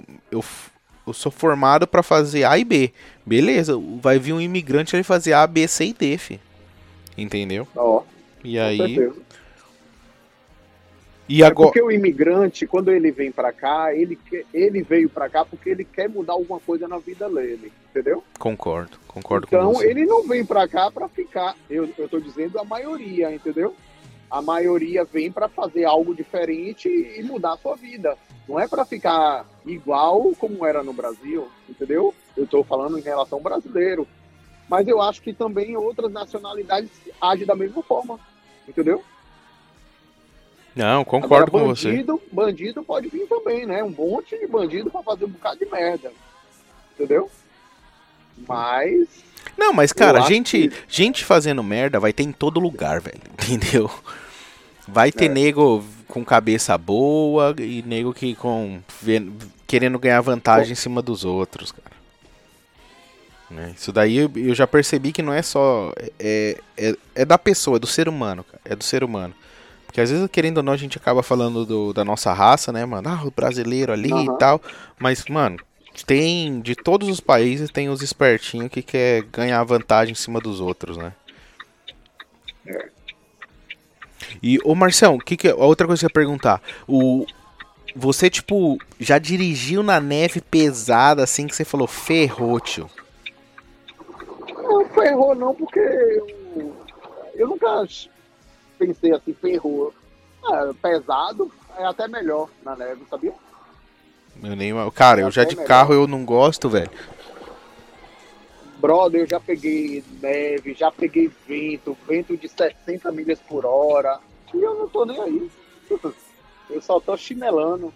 eu sou formado pra fazer A e B. Beleza, vai vir um imigrante e vai fazer A, B, C e D, fi. Entendeu? E aí... certeza. E agora... Porque o imigrante, quando ele vem pra cá, ele veio pra cá porque ele quer mudar alguma coisa na vida dele, entendeu? Concordo então, com você. Então, ele não vem pra cá pra ficar, eu tô dizendo a maioria, entendeu? A maioria vem pra fazer algo diferente e mudar a sua vida. Não é pra ficar igual como era no Brasil, entendeu? Eu tô falando em relação ao brasileiro. Mas eu acho que também outras nacionalidades agem da mesma forma, entendeu? Não, concordo com você. Bandido pode vir também, né? Um monte de bandido pra fazer um bocado de merda. Entendeu? Mas... Não, mas cara, gente fazendo merda vai ter em todo lugar, velho. Entendeu? Vai ter nego com cabeça boa e nego que querendo ganhar vantagem em cima dos outros, cara. Isso daí eu já percebi que não é só... É da pessoa, é do ser humano, cara. É do ser humano. Porque às vezes, querendo ou não, a gente acaba falando da nossa raça, né, mano? O brasileiro ali e tal. Mas, mano, de todos os países, tem os espertinhos que quer ganhar vantagem em cima dos outros, né? E, ô Marcião, a outra coisa que eu ia perguntar. Você, tipo, já dirigiu na neve pesada, assim, que você falou, ferrou, tio? Não ferrou não, porque eu nunca... pensei assim, ferrou. Pesado é até melhor na neve, sabia? Cara, eu já de carro eu não gosto, velho. Brother, eu já peguei neve, já peguei vento de 60 milhas por hora. E eu não tô nem aí. Eu só tô chinelando.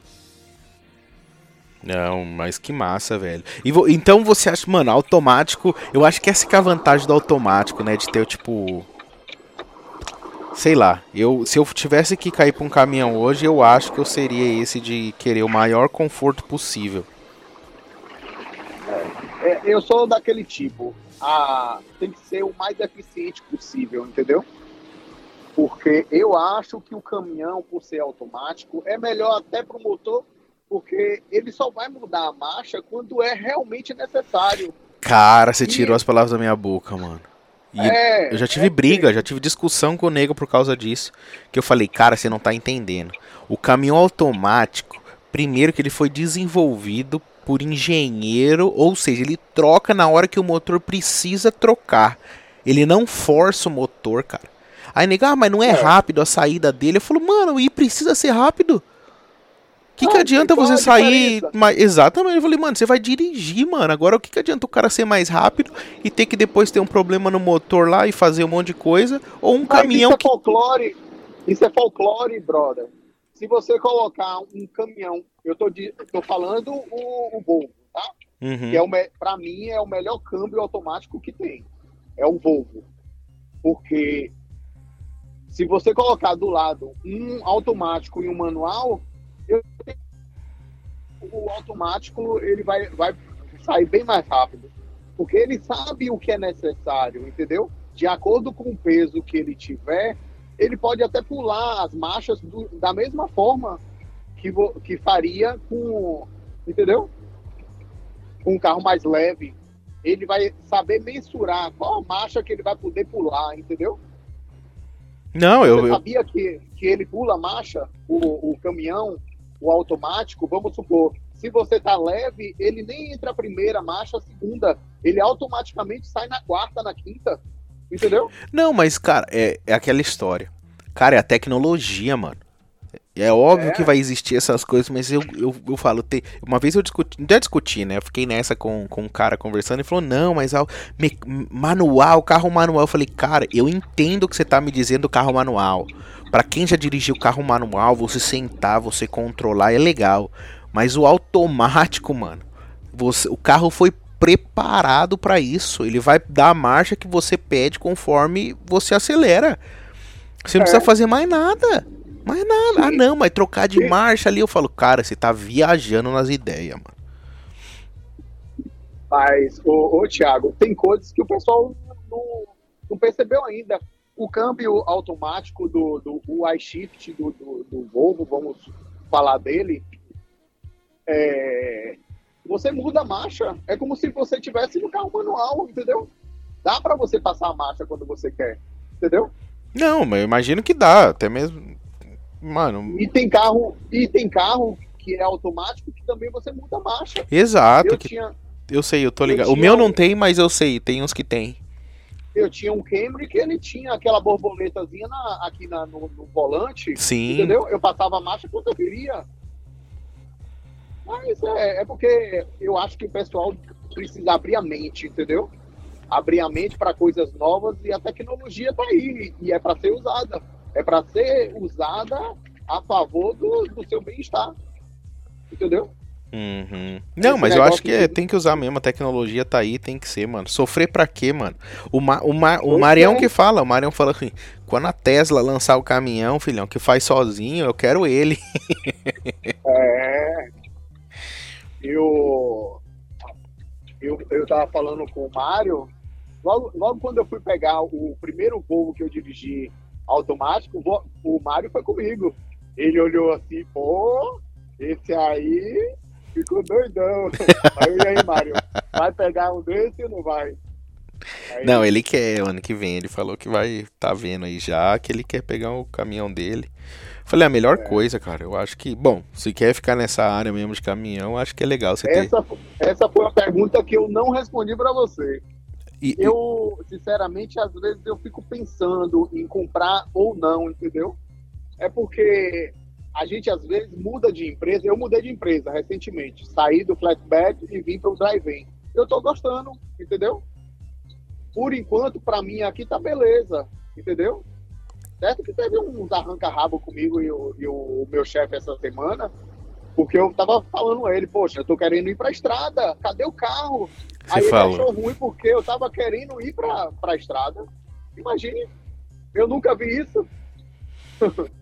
Não, mas que massa, velho. Então você acha, mano, automático... Eu acho que essa que é a vantagem do automático, né? De ter, tipo... Sei lá, se eu tivesse que cair pra um caminhão hoje, eu acho que eu seria esse de querer o maior conforto possível. Eu sou daquele tipo, tem que ser o mais eficiente possível, entendeu? Porque eu acho que o caminhão, por ser automático, é melhor até para o motor, porque ele só vai mudar a marcha quando é realmente necessário. Cara, você tirou as palavras da minha boca, mano. E eu já tive briga, já tive discussão com o nego por causa disso. Que eu falei, cara, você não tá entendendo. O caminhão automático, primeiro que ele foi desenvolvido por engenheiro, ou seja, ele troca na hora que o motor precisa trocar. Ele não força o motor, cara. Aí nega, mas não é rápido a saída dele. Eu falo, mano, e precisa ser rápido? Que adianta você sair... Exatamente, eu falei, mano, você vai dirigir, mano. Agora o que adianta o cara ser mais rápido e ter que depois ter um problema no motor lá e fazer um monte de coisa? Ou um caminhão que... Isso é folclore, brother. Se você colocar um caminhão... Eu tô falando o Volvo, tá? Uhum. Que pra mim é o melhor câmbio automático que tem. É o Volvo. Porque se você colocar do lado um automático e um manual... o automático ele vai sair bem mais rápido, porque ele sabe o que é necessário, entendeu? De acordo com o peso que ele tiver, ele pode até pular as marchas da mesma forma que faria com, entendeu? Com um carro mais leve. Ele vai saber mensurar qual a marcha que ele vai poder pular, entendeu? Não, Você sabia que ele pula a marcha, o caminhão, o automático, vamos supor, se você tá leve, ele nem entra a primeira marcha, a segunda, ele automaticamente sai na quarta, na quinta, entendeu? Não, mas, cara, é aquela história. Cara, é a tecnologia, mano. É óbvio que vai existir essas coisas, mas eu falo, uma vez eu discuti, né? Eu fiquei nessa com um cara conversando e falou, não, mas manual, carro manual. Eu falei, cara, eu entendo o que você tá me dizendo, carro manual. Pra quem já dirigiu carro manual, você sentar, você controlar, é legal. Mas o automático, mano, o carro foi preparado pra isso. Ele vai dar a marcha que você pede conforme você acelera. Você não precisa fazer mais nada. Mais nada. Sim. Ah, não, mas trocar de marcha ali, eu falo, cara, você tá viajando nas ideias, mano. Mas, ô Thiago, tem coisas que o pessoal não percebeu ainda. O câmbio automático do iShift do Volvo, vamos falar dele, você muda a marcha. É como se você estivesse no carro manual, entendeu? Dá pra você passar a marcha quando você quer, entendeu? Não, mas eu imagino que dá, até mesmo, mano. E tem carro que é automático que também você muda a marcha. Exato. Eu sei, eu tô ligado. O meu não tem, mas eu sei, tem uns que tem. Eu tinha um Camry que ele tinha aquela borboletazinha aqui no volante. Sim. Entendeu? Eu passava a marcha quando eu queria. Mas é porque eu acho que o pessoal precisa abrir a mente, entendeu? Abrir a mente para coisas novas, e a tecnologia tá aí. E é para ser usada. É para ser usada a favor do seu bem-estar. Entendeu? Uhum. Não, mas eu acho que tem que usar mesmo, a tecnologia tá aí, tem que ser, mano. Sofrer pra quê, mano? O Marião que fala, o Marião fala assim, quando a Tesla lançar o caminhão, filhão, que faz sozinho, eu quero ele. Eu tava falando com o Mário, logo quando eu fui pegar o primeiro Volvo que eu dirigi automático, o Mário foi comigo. Ele olhou assim, pô, esse aí ficou doidão. Aí eu, e aí, Mário, vai pegar um desse ou não vai? Aí, não, ele quer, ano que vem, ele falou que vai, tá vendo aí já, que ele quer pegar o caminhão dele. Falei, a melhor coisa, cara, eu acho que, bom, se quer ficar nessa área mesmo de caminhão, acho que é legal você ter. Essa foi a pergunta que eu não respondi pra você. Eu, sinceramente, às vezes eu fico pensando em comprar ou não, entendeu? É porque a gente, às vezes, muda de empresa. Eu mudei de empresa recentemente. Saí do flatbed e vim para o drive-in. Eu tô gostando, entendeu? Por enquanto, para mim, aqui tá beleza, entendeu? Certo que teve uns arranca-rabo comigo e o meu chefe essa semana, porque eu tava falando a ele, poxa, eu tô querendo ir pra estrada, cadê o carro? Aí ele achou ruim porque eu tava querendo ir pra estrada. Imagine, eu nunca vi isso.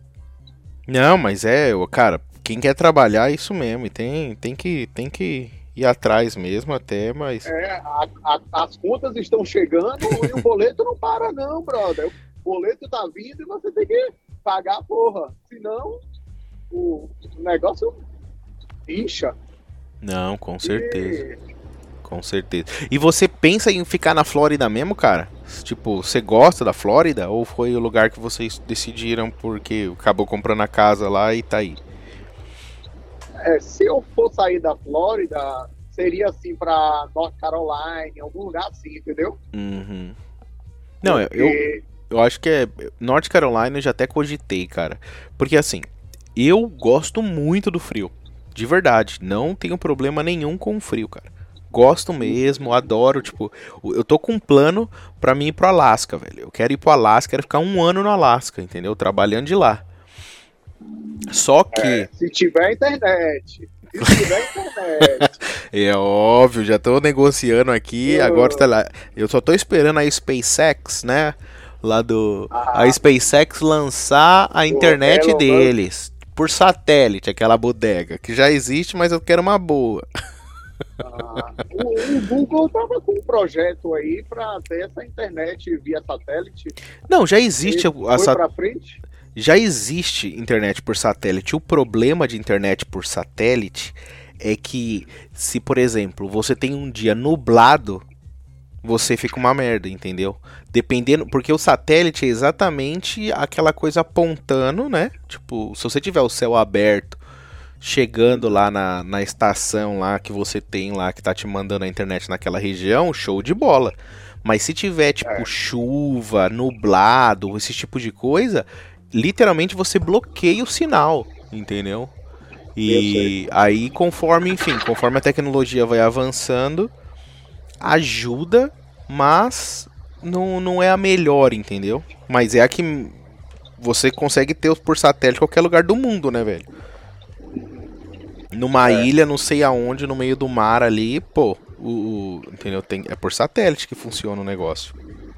Não, mas cara, quem quer trabalhar é isso mesmo, e tem que ir atrás mesmo até, mas... As contas estão chegando e o boleto não para não, brother. O boleto tá vindo e você tem que pagar a porra. Senão, o negócio incha. Não, com certeza. Com certeza. E você pensa em ficar na Flórida mesmo, cara? Tipo, você gosta da Flórida? Ou foi o lugar que vocês decidiram porque acabou comprando a casa lá e tá aí? Se eu for sair da Flórida, seria assim pra North Carolina, algum lugar assim, entendeu? Uhum. Não, eu acho que North Carolina eu já até cogitei, cara. Porque assim, eu gosto muito do frio. De verdade, não tenho problema nenhum com o frio, cara. Gosto mesmo, adoro, tipo, eu tô com um plano pra mim ir pro Alasca, velho. Eu quero ir pro Alasca, quero ficar 1 ano no Alasca, entendeu? Trabalhando de lá. Só que... se tiver internet. Se tiver internet. É óbvio, já tô negociando aqui, agora tá lá. Eu só tô esperando a SpaceX, né? Lá do... A SpaceX lançar a internet deles. Por satélite, aquela bodega. Que já existe, mas eu quero uma boa. O Google tava com um projeto aí para ter essa internet via satélite. Não, já existe. Foi pra frente? Já existe internet por satélite. O problema de internet por satélite é que, se por exemplo, você tem um dia nublado, você fica uma merda, entendeu? Dependendo, porque o satélite é exatamente aquela coisa apontando, né? Tipo, se você tiver o céu aberto, chegando lá na estação lá que você tem lá, que tá te mandando a internet naquela região, show de bola. Mas se tiver, tipo, chuva, nublado, esse tipo de coisa, literalmente você bloqueia o sinal, entendeu? E aí, conforme a tecnologia vai avançando, ajuda, mas não é a melhor, entendeu? Mas é a que você consegue ter por satélite em qualquer lugar do mundo, né, velho? Numa ilha, não sei aonde, no meio do mar ali, pô, entendeu? É por satélite que funciona o negócio.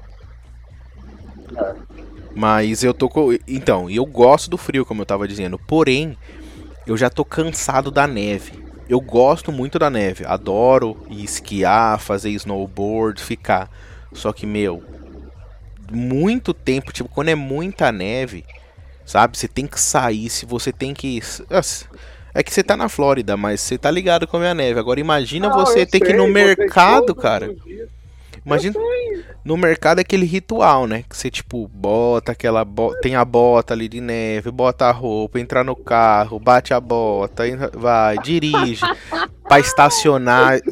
Mas eu tô então, eu gosto do frio, como eu tava dizendo, porém, eu já tô cansado da neve. Eu gosto muito da neve, adoro ir esquiar, fazer snowboard, ficar. Só que, meu, muito tempo, tipo, quando é muita neve, sabe? Você tem que sair, se você tem que... É que você tá na Flórida, mas você tá ligado com a minha neve. Agora imagina você ter que ir no mercado, cara. Imagina no mercado aquele ritual, né? Que você tipo bota aquela tem a bota ali de neve, bota a roupa, entra no carro, bate a bota, vai, dirige pra estacionar.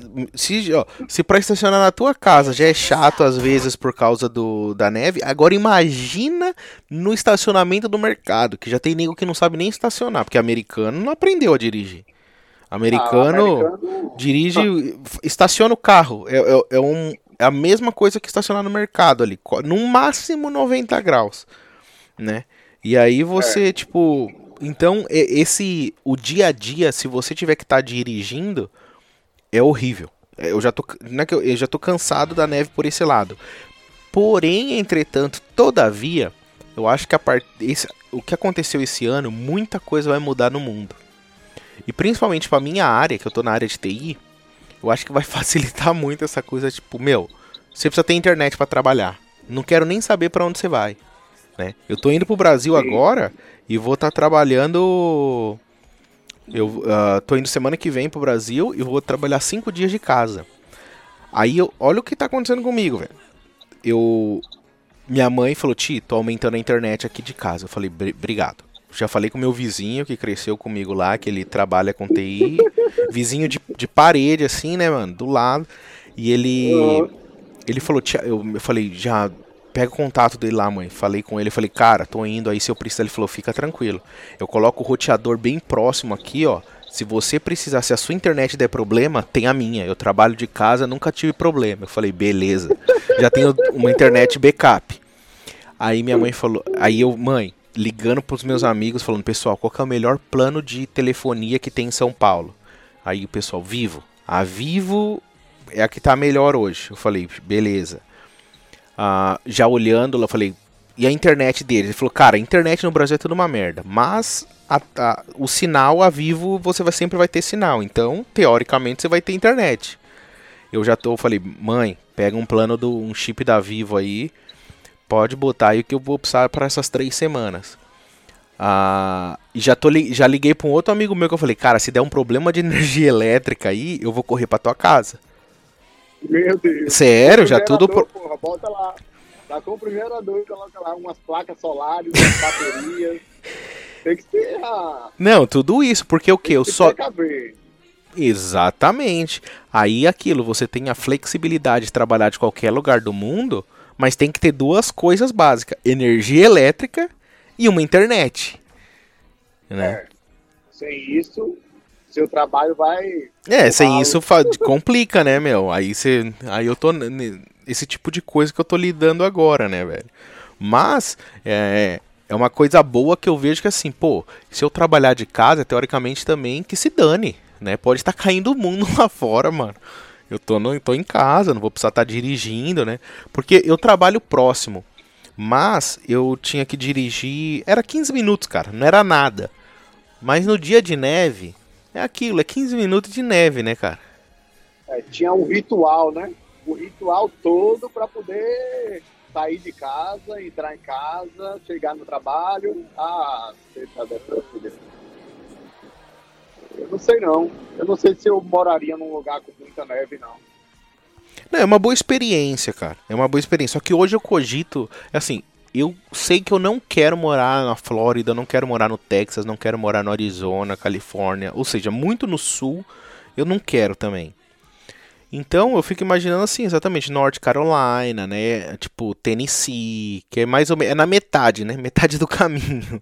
Se pra estacionar na tua casa já é chato às vezes por causa da neve, agora imagina no estacionamento do mercado, que já tem nego que não sabe nem estacionar, porque americano não aprendeu a dirigir. Americano dirige, estaciona o carro. É a mesma coisa que estacionar no mercado ali, no máximo 90 graus, né? E aí você, tipo... Então, o dia a dia, se você tiver que estar dirigindo, é horrível. Eu já tô cansado da neve por esse lado. Porém, entretanto, todavia, eu acho que o que aconteceu esse ano, muita coisa vai mudar no mundo. E principalmente pra minha área, que eu tô na área de TI, eu acho que vai facilitar muito essa coisa, tipo, meu, você precisa ter internet pra trabalhar. Não quero nem saber pra onde você vai, né? Eu tô indo pro Brasil agora e vou estar trabalhando... Eu tô indo semana que vem pro Brasil e vou trabalhar 5 dias de casa. Aí, olha o que tá acontecendo comigo, velho. Minha mãe falou, Ti, tô aumentando a internet aqui de casa. Eu falei, obrigado. Já falei com meu vizinho que cresceu comigo lá, que ele trabalha com TI. Vizinho de parede, assim, né, mano? Do lado. E ele falou, eu falei, já pega o contato dele lá, mãe. Falei com ele, falei, cara, tô indo aí, se eu precisar. Ele falou, fica tranquilo. Eu coloco o roteador bem próximo aqui, ó. Se você precisar, se a sua internet der problema, tem a minha. Eu trabalho de casa, nunca tive problema. Eu falei, beleza. Já tenho uma internet backup. Aí minha mãe falou, mãe, ligando pros meus amigos, falando, pessoal, qual que é o melhor plano de telefonia que tem em São Paulo? Aí o pessoal, Vivo. A Vivo é a que tá melhor hoje. Eu falei, beleza. Já olhando, eu falei, e a internet dele. Ele falou, cara, a internet no Brasil é tudo uma merda. Mas o sinal, a Vivo, sempre vai ter sinal. Então, teoricamente, você vai ter internet. Falei, mãe, pega um plano um chip da Vivo aí. Pode botar aí que eu vou precisar para essas 3 semanas. E já liguei para um outro amigo meu que eu falei, cara, se der um problema de energia elétrica aí, eu vou correr pra tua casa. Meu Deus. Sério? Já tudo... Porra, bota lá. Tá com o primeiro adulto, coloca lá umas placas solares, umas baterias. Tem que ter Não, tudo isso, porque o quê? Eu só... Caber. Exatamente. Aí aquilo, você tem a flexibilidade de trabalhar de qualquer lugar do mundo, mas tem que ter 2 coisas básicas. Energia elétrica e uma internet. Né? Sem isso, seu trabalho vai... sem isso complica, né, meu? Aí eu tô... Esse tipo de coisa que eu tô lidando agora, né, velho? Mas, é uma coisa boa que eu vejo que assim, pô, se eu trabalhar de casa, teoricamente também que se dane, né? Pode estar caindo o mundo lá fora, mano. Eu tô em casa, não vou precisar estar dirigindo, né? Porque eu trabalho próximo, mas eu tinha que dirigir... Era 15 minutos, cara, não era nada. Mas no dia de neve, é 15 minutos de neve, né, cara? Tinha um ritual, né? O ritual todo para poder sair de casa, entrar em casa, chegar no trabalho. Você tá dessa. Eu não sei não. Eu não sei se eu moraria num lugar com muita neve, não. Não, é uma boa experiência, cara. É uma boa experiência. Só que hoje eu cogito, assim, eu sei que eu não quero morar na Flórida, não quero morar no Texas, não quero morar no Arizona, Califórnia. Ou seja, muito no sul, eu não quero também. Então eu fico imaginando assim, exatamente, North Carolina, né? Tipo, Tennessee, que é mais ou menos, é na metade, né? Metade do caminho.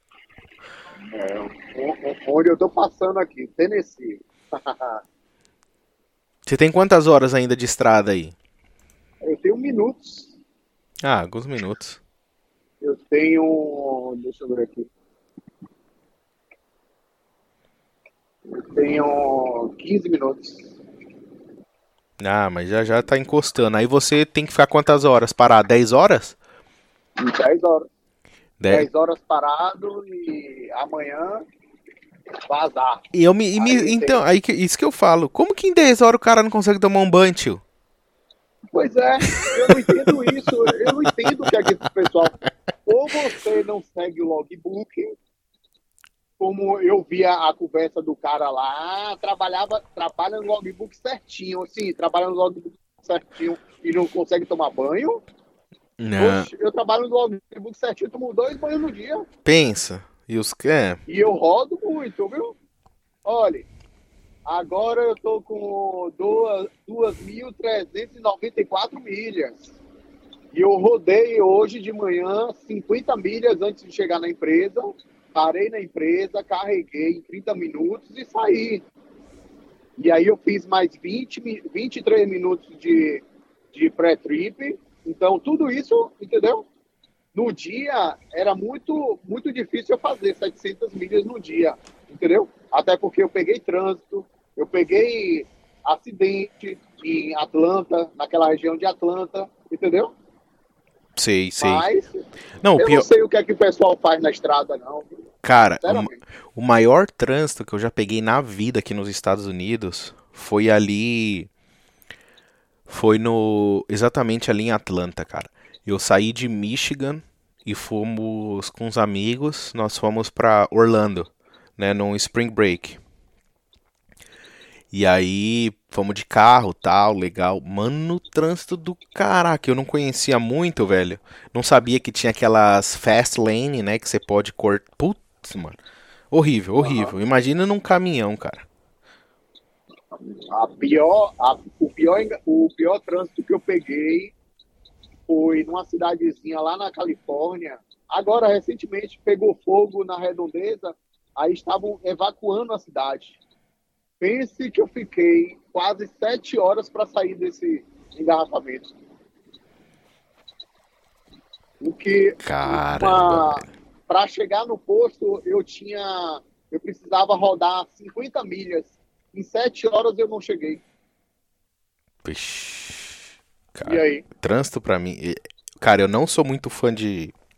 Onde eu tô passando aqui, Tennessee. Você tem quantas horas ainda de estrada aí? Eu tenho minutos. Alguns minutos. Eu tenho... Deixa eu ver aqui. Eu tenho 15 minutos. Mas já tá encostando. Aí você tem que ficar quantas horas parado? 10 horas? 10 horas. 10 horas parado e amanhã vazar. Então, isso que eu falo. Como que em 10 horas o cara não consegue tomar um banho, tio? Pois é, eu não entendo isso. Eu não entendo o que é que esse pessoal... Ou você não segue o logbook, como eu via a conversa do cara lá, trabalha no logbook certinho, assim, trabalha no logbook certinho e não consegue tomar banho. Não. Oxe, eu trabalho no logbook certinho, tomo 2 banhos no dia. Pensa. E eu rodo muito, viu? Olha, agora eu tô com 2.394 milhas. E eu rodei hoje de manhã 50 milhas antes de chegar na empresa. Parei na empresa, carreguei em 30 minutos e saí. E aí eu fiz mais 23 minutos de pré-trip. Então, tudo isso, entendeu? No dia, era muito, muito difícil eu fazer 700 milhas no dia, entendeu? Até porque eu peguei trânsito, eu peguei acidente em Atlanta, naquela região de Atlanta, entendeu? Sei. Mas não sei o que é que o pessoal faz na estrada, não. Cara, o maior trânsito que eu já peguei na vida aqui nos Estados Unidos foi ali... exatamente ali em Atlanta, cara. Eu saí de Michigan e fomos com os amigos, nós fomos pra Orlando, né, num Spring Break. E aí, fomos de carro, tal, legal. Mano, trânsito do caraca, eu não conhecia muito, velho. Não sabia que tinha aquelas fast lane, né, que você pode cortar. Putz, mano. Horrível. Imagina num caminhão, cara. O pior trânsito que eu peguei foi numa cidadezinha lá na Califórnia. Agora, recentemente, pegou fogo na redondeza, aí estavam evacuando a cidade. Pense que eu fiquei quase 7 horas para sair desse engarrafamento. O que, para chegar no posto, eu precisava rodar 50 milhas. Em 7 horas eu não cheguei. Cara, e aí? Trânsito pra mim... Cara, eu não sou muito fã de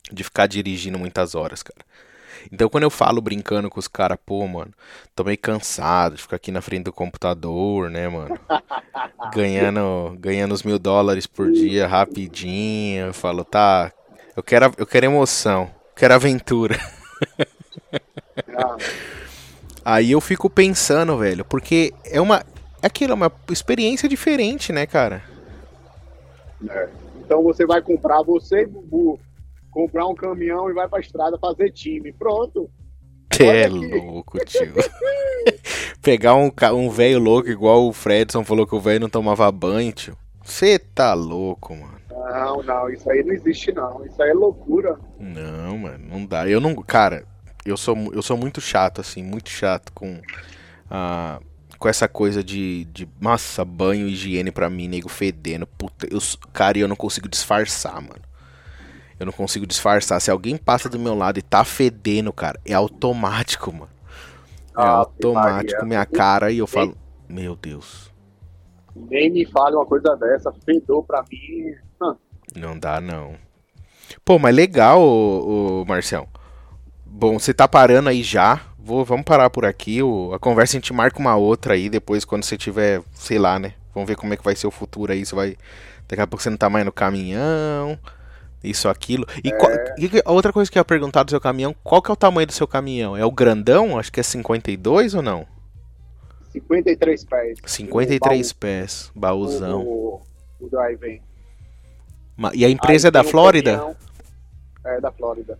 de ficar dirigindo muitas horas, cara. Então quando eu falo brincando com os caras, pô, mano, tô meio cansado de ficar aqui na frente do computador, né, mano? Ganhando os $1.000 por dia rapidinho. Eu falo, tá, eu quero emoção, eu quero aventura. Ah, Aí eu fico pensando, velho, porque é uma experiência diferente, né, cara? é. Então você vai comprar, você e Bubu, comprar um caminhão e vai pra estrada fazer time. Pronto. É Olha aqui. louco, tio. Pegar um velho louco igual o Fredson falou que o velho não tomava banho, tio. Você tá louco, mano. Não, não, isso aí não existe não. Isso aí é loucura. Não, mano, não dá. Eu não, cara, eu sou muito chato assim, muito chato ah, com essa coisa nossa, banho e higiene pra mim, nego fedendo. Puta, cara, eu não consigo disfarçar, mano. Eu não consigo disfarçar. Se alguém passa do meu lado e tá fedendo, cara, é automático, mano. É automático Maria. minha cara e eu falo, meu Deus, Nem me fale uma coisa dessa. Fedor pra mim. não dá não. Pô, mas legal, ô Marcião. Bom, você tá parando aí já. Vamos parar por aqui. A conversa a gente marca uma outra aí depois quando você tiver, sei lá, né? Vamos ver como é que vai ser o futuro aí. Você vai. Daqui a pouco você não tá mais no caminhão. Isso, aquilo. A outra coisa que eu ia perguntar do seu caminhão, qual que é o tamanho do seu caminhão? É o grandão? Acho que é 52 ou não? 53 pés. 53 pés, baúzão. O drive-in. E a empresa é da Flórida? É da Flórida.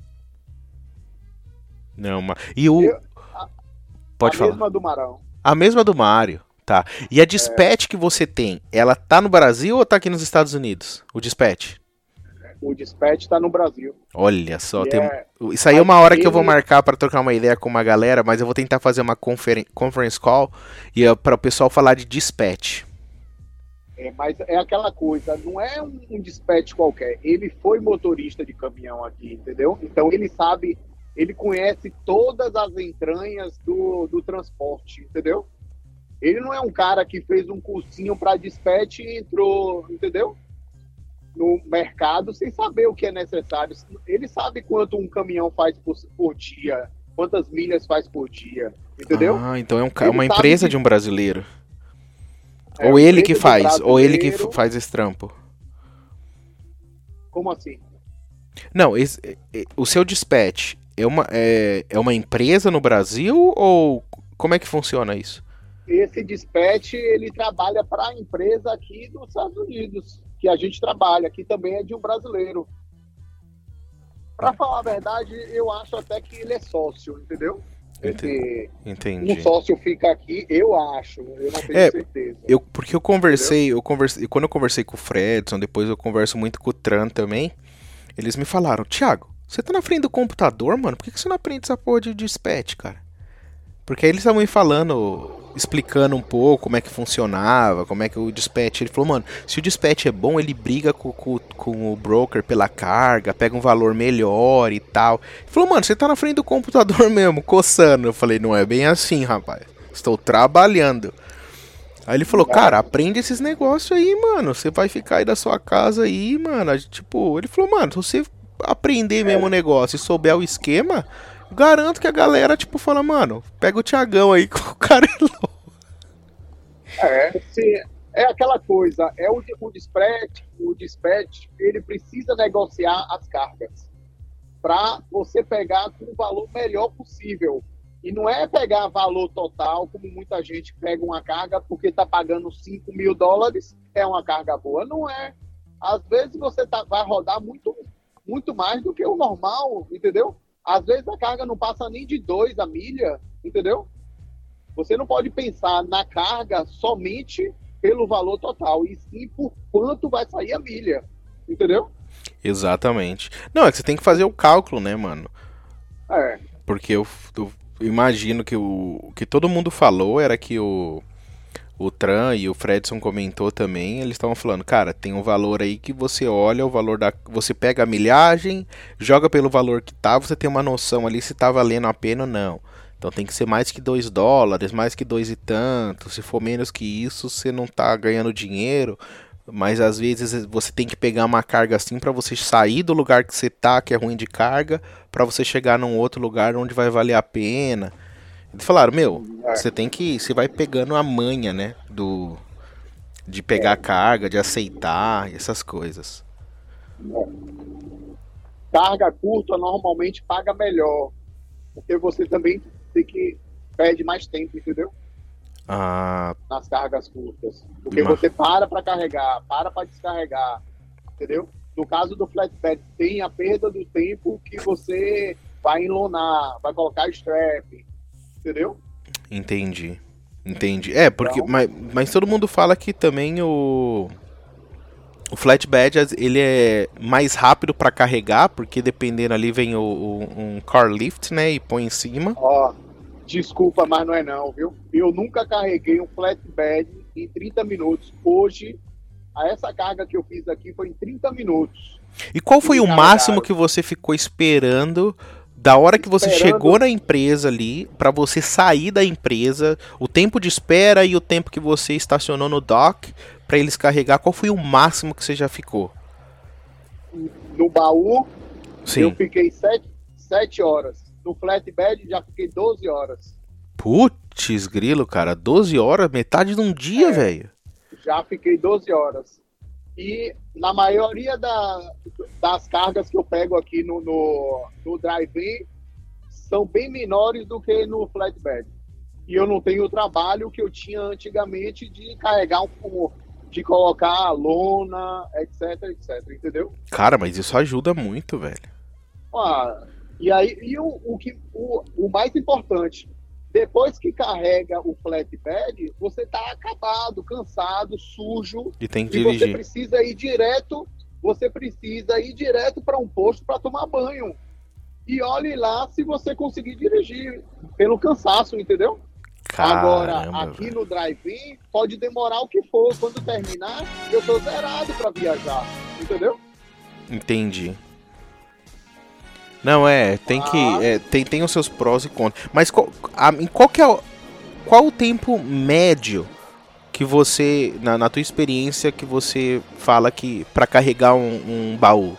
Não, e o. Pode falar. A mesma do Marão. A mesma do Mário, tá. E a Dispatch que você tem, ela tá no Brasil ou tá aqui nos Estados Unidos? O Dispatch? O Dispatch tá no Brasil. Olha só, isso aí é uma hora que eu vou marcar pra trocar uma ideia com uma galera, mas eu vou tentar fazer uma conference call e para o pessoal falar de Dispatch. Mas é aquela coisa, não é um dispatch qualquer. Ele foi motorista de caminhão aqui, entendeu? Então ele sabe, ele conhece todas as entranhas do transporte, entendeu? Ele não é um cara que fez um cursinho para dispatch e entrou, entendeu? No mercado sem saber o que é necessário. Ele sabe quanto um caminhão faz por dia, quantas milhas faz por dia, entendeu? Ah, então é uma empresa de um brasileiro. É ou ele que faz, ou ele que faz esse trampo. Como assim? Não, o seu dispatch é uma empresa no Brasil ou como é que funciona isso? Esse dispatch, ele trabalha para a empresa aqui dos Estados Unidos, que a gente trabalha, aqui também é de um brasileiro. Para falar a verdade, eu acho até que ele é sócio, entendeu? Entendi. Um sócio fica aqui, eu acho, eu não tenho certeza. Porque eu conversei, quando eu conversei com o Fredson, depois eu converso muito com o Tran também, eles me falaram, Thiago, você tá na frente do computador, mano, por que você não aprende essa porra de dispatch, cara? Porque aí eles estavam me falando, explicando um pouco como é que funcionava, como é que o dispatch... Ele falou, mano, se o dispatch é bom, ele briga com o broker pela carga, pega um valor melhor e tal. Ele falou, mano, você tá na frente do computador mesmo, coçando. Eu falei, não é bem assim, rapaz. Estou trabalhando. Aí ele falou, cara, aprende esses negócios aí, mano. Você vai ficar aí da sua casa aí, mano. Tipo, ele falou, mano, se você aprender mesmo o negócio e souber o esquema... Garanto que a galera, tipo, fala, mano, pega o Thiagão aí com o cara é louco. É aquela coisa, o dispatch, ele precisa negociar as cargas para você pegar com o valor melhor possível. E não é pegar valor total, como muita gente pega uma carga porque tá pagando $5.000, é uma carga boa. Não é. Às vezes você vai rodar muito, muito mais do que o normal, entendeu? Às vezes a carga não passa nem de 2 a milha, entendeu? Você não pode pensar na carga somente pelo valor total, e sim por quanto vai sair a milha, entendeu? Exatamente. Não, é que você tem que fazer o cálculo, né, mano? Porque eu imagino que o que todo mundo falou era que o Tran e o Fredson comentou também, eles estavam falando, cara, tem um valor aí que você olha, o valor você pega a milhagem, joga pelo valor que tá, você tem uma noção ali se tá valendo a pena ou não. Então tem que ser mais que $2, mais que 2 e tanto, se for menos que isso, você não tá ganhando dinheiro. mas às vezes você tem que pegar uma carga assim para você sair do lugar que você tá, que é ruim de carga, para você chegar num outro lugar onde vai valer a pena. Eles falaram, meu, você vai pegando a manha, né, de pegar a carga, de aceitar, essas coisas. Carga curta normalmente paga melhor, porque você também tem que perde mais tempo, entendeu? Nas cargas curtas. Porque você para carregar, para descarregar, entendeu? No caso do flatbed, tem a perda do tempo que você vai enlonar, vai colocar strap, entendeu? Entendi. É, porque então, mas todo mundo fala que também o flatbed, ele é mais rápido para carregar, porque dependendo ali vem um car lift, né, e põe em cima. Desculpa, mas não é não, viu? Eu nunca carreguei um flatbed em 30 minutos. Hoje, essa carga que eu fiz aqui foi em 30 minutos. E qual foi o máximo que você ficou esperando da hora que você chegou na empresa ali, para você sair da empresa, o tempo de espera e o tempo que você estacionou no dock para eles carregar? Qual foi o máximo que você já ficou? No baú, sim, eu fiquei 7 horas. No flatbed já fiquei 12 horas. Putz, grilo, cara. 12 horas? Metade de um dia, velho. Já fiquei 12 horas. E na maioria das cargas que eu pego aqui no drive-in são bem menores do que no flatbed. E eu não tenho o trabalho que eu tinha antigamente de carregar de colocar lona, etc, entendeu? Cara, mas isso ajuda muito, velho. E aí, o mais importante, depois que carrega o flatbed, você tá acabado, cansado, sujo. E tem que dirigir. Você precisa ir direto para um posto para tomar banho. E olhe lá se você conseguir dirigir pelo cansaço, entendeu? Caramba, agora, aqui no drive-in, pode demorar o que for. Quando terminar, eu tô zerado para viajar, entendeu? Entendi. Não, tem os seus prós e contras. Mas qual o tempo médio que você, na tua experiência, que você fala que para carregar um baú?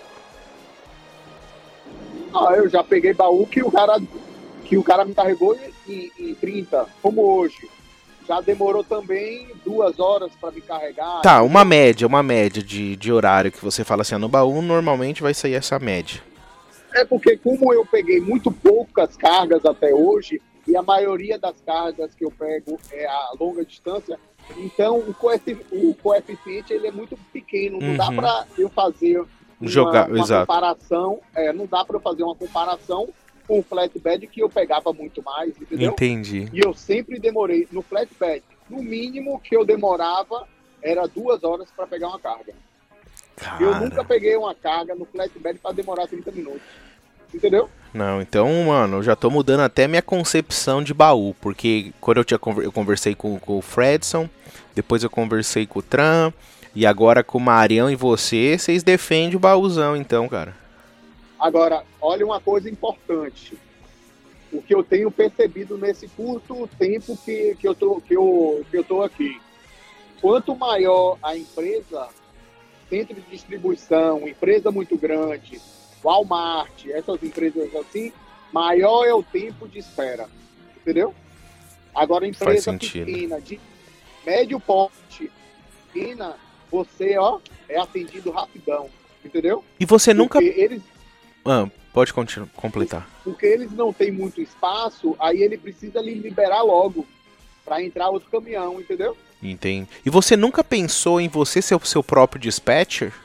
Eu já peguei baú que o cara me carregou em 30, como hoje. Já demorou também 2 horas para me carregar. Tá, uma média de horário que você fala assim, no baú normalmente vai sair essa média. É porque como eu peguei muito poucas cargas até hoje, e a maioria das cargas que eu pego é a longa distância, então o coeficiente ele é muito pequeno, não dá para eu fazer uma comparação, não dá para eu fazer uma comparação com o flatbed que eu pegava muito mais, entendeu? Entendi. E eu sempre demorei no flatbed, no mínimo que eu demorava era 2 horas para pegar uma carga. Cara. Eu nunca peguei uma carga no flatbed para demorar 30 minutos. Entendeu? Não, então, mano, eu já tô mudando até minha concepção de baú. Porque quando eu conversei com o Fredson, depois eu conversei com o Tran, e agora com o Marião e vocês defendem o baúzão, então, cara. Agora, olha uma coisa importante. O que eu tenho percebido nesse curto tempo que eu tô aqui. Quanto maior a empresa, centro de distribuição, empresa muito grande, Walmart, essas empresas assim, maior é o tempo de espera, entendeu? Agora, empresa pequena, de médio porte, pequena, você, é atendido rapidão, entendeu? E você nunca... pode completar. Porque eles não têm muito espaço, aí ele precisa lhe liberar logo, para entrar outro caminhão, entendeu? Entendi. E você nunca pensou em você ser o seu próprio dispatcher?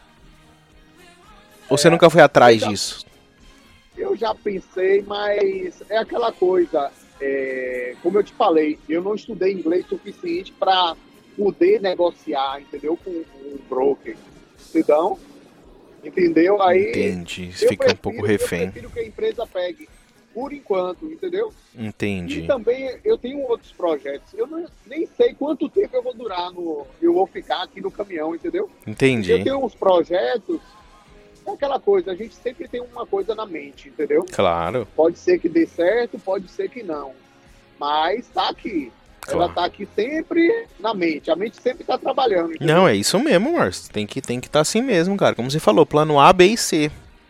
Ou você nunca foi atrás disso? Eu já pensei, mas é aquela coisa, como eu te falei, eu não estudei inglês suficiente para poder negociar, entendeu? Com um broker. Então, entendeu? Aí entendi, fica um pouco refém. Eu prefiro que a empresa pegue, por enquanto, entendeu? Entendi. E também eu tenho outros projetos. Eu nem sei quanto tempo eu vou durar eu vou ficar aqui no caminhão, entendeu? Entendi. Eu tenho uns projetos. É aquela coisa, a gente sempre tem uma coisa na mente, entendeu? Claro. Pode ser que dê certo, pode ser que não. Mas tá aqui. Ela tá aqui sempre na mente. A mente sempre tá trabalhando. Entendeu? Não, é isso mesmo, Márcio. Tem que estar assim mesmo, cara. Como você falou, plano A, B e C.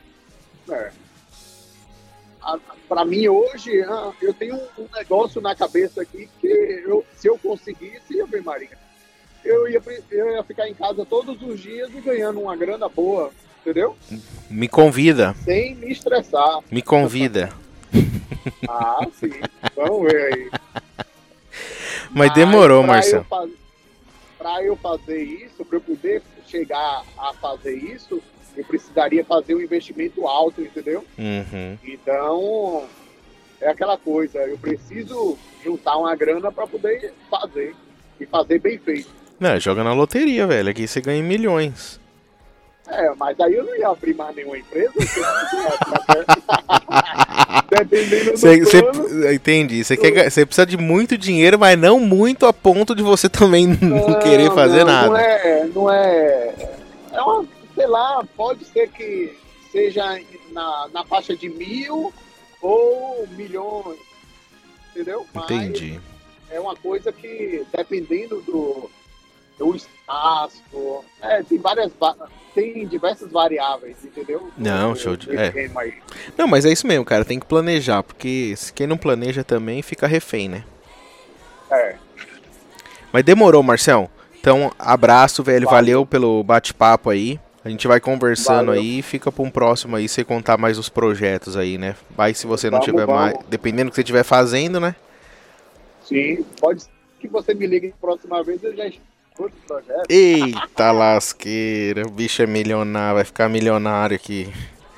Pra mim hoje, eu tenho um negócio na cabeça aqui que se eu conseguisse, Maria, eu ia ficar em casa todos os dias e ganhando uma grana boa, entendeu? Me convida. Sem me estressar. Me convida. Sim. Vamos ver aí. Mas demorou, Marcelo. Pra eu fazer isso, pra eu poder chegar a fazer isso, eu precisaria fazer um investimento alto, entendeu? Uhum. Então, é aquela coisa, eu preciso juntar uma grana para poder fazer, e fazer bem feito. Não, joga na loteria, velho, aqui você ganha milhões. Mas aí eu não ia abrir mais nenhuma empresa. Dependendo do plano. Entendi, você precisa de muito dinheiro, mas não muito a ponto de você também não querer fazer nada. Não é... É uma... Sei lá, pode ser que seja na faixa de 1.000 ou milhões, entendeu? Mas entendi. é uma coisa que, dependendo do espaço, tem diversas variáveis, entendeu? Não, show de... Não, mas é isso mesmo, cara, tem que planejar, porque quem não planeja também fica refém, né? Mas demorou, Marcelo. Então, abraço, velho, valeu pelo bate-papo aí. A gente vai conversando aí e fica para um próximo aí, você contar mais os projetos aí, né? Vai se você não tiver mais, dependendo do que você estiver fazendo, né? Sim, pode ser que você me ligue na próxima vez, eu já escuto o projeto. Eita lasqueira, o bicho é milionário, vai ficar milionário aqui.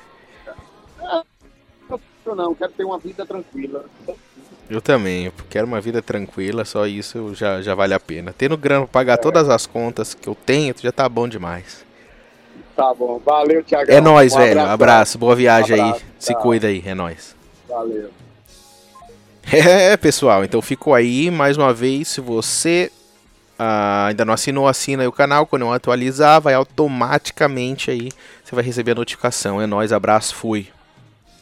Não, quero ter uma vida tranquila. Eu também, eu quero uma vida tranquila, só isso já vale a pena. Tendo grana pra pagar todas as contas que eu tenho, já tá bom demais. Tá bom, valeu, Thiagão. É nóis, velho. Abraço, boa viagem aí. Se cuida aí, é nóis. Valeu. Pessoal, então ficou aí mais uma vez. Se você ainda não assinou, assina aí o canal. Quando eu atualizar, vai automaticamente aí. Você vai receber a notificação. É nóis, abraço, fui.